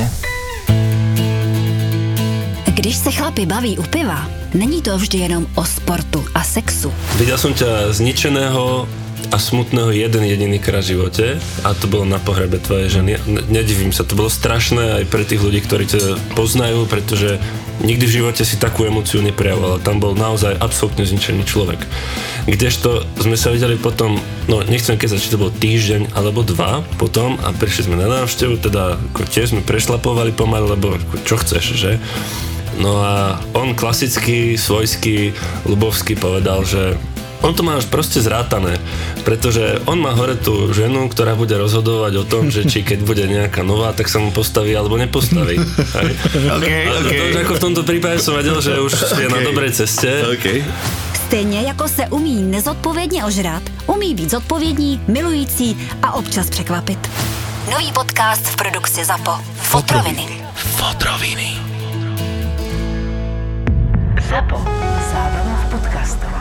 E: Když se chlapi baví u piva, není to vždy jenom o sportu a sexu.
F: Videl som ťa zničeného a smutného jeden jediný krát v živote a to bolo na pohrebe tvojej ženy. Nedivím sa, to bolo strašné aj pre tých ľudí, ktorí ťa poznajú, pretože nikdy v živote si takú emóciu neprejavoval. Tam bol naozaj absolútne zničený človek. Kdežto sme sa videli potom, nechcem kezať, či to bol týždeň alebo 2 potom a prišli sme na návštevu, teda ako tiež sme prešlapovali pomaly, lebo čo chceš, že? No a on klasicky, svojský, ľubovský povedal, že on to má už proste zrátané, pretože on má hore tú ženu, ktorá bude rozhodovať o tom, že či keď bude nejaká nová, tak sa mu postaví alebo nepostaví. Okay. Ako v tomto prípade som vedel, že už je na dobrej ceste.
E: Okay. Stejně jako se umí nezodpovědně ožrát, umí být zodpovědní, milující a občas překvapit. Nový podcast v produkci ZAPO. Fotroviny.
G: ZAPO. Zábrná v podcastovách.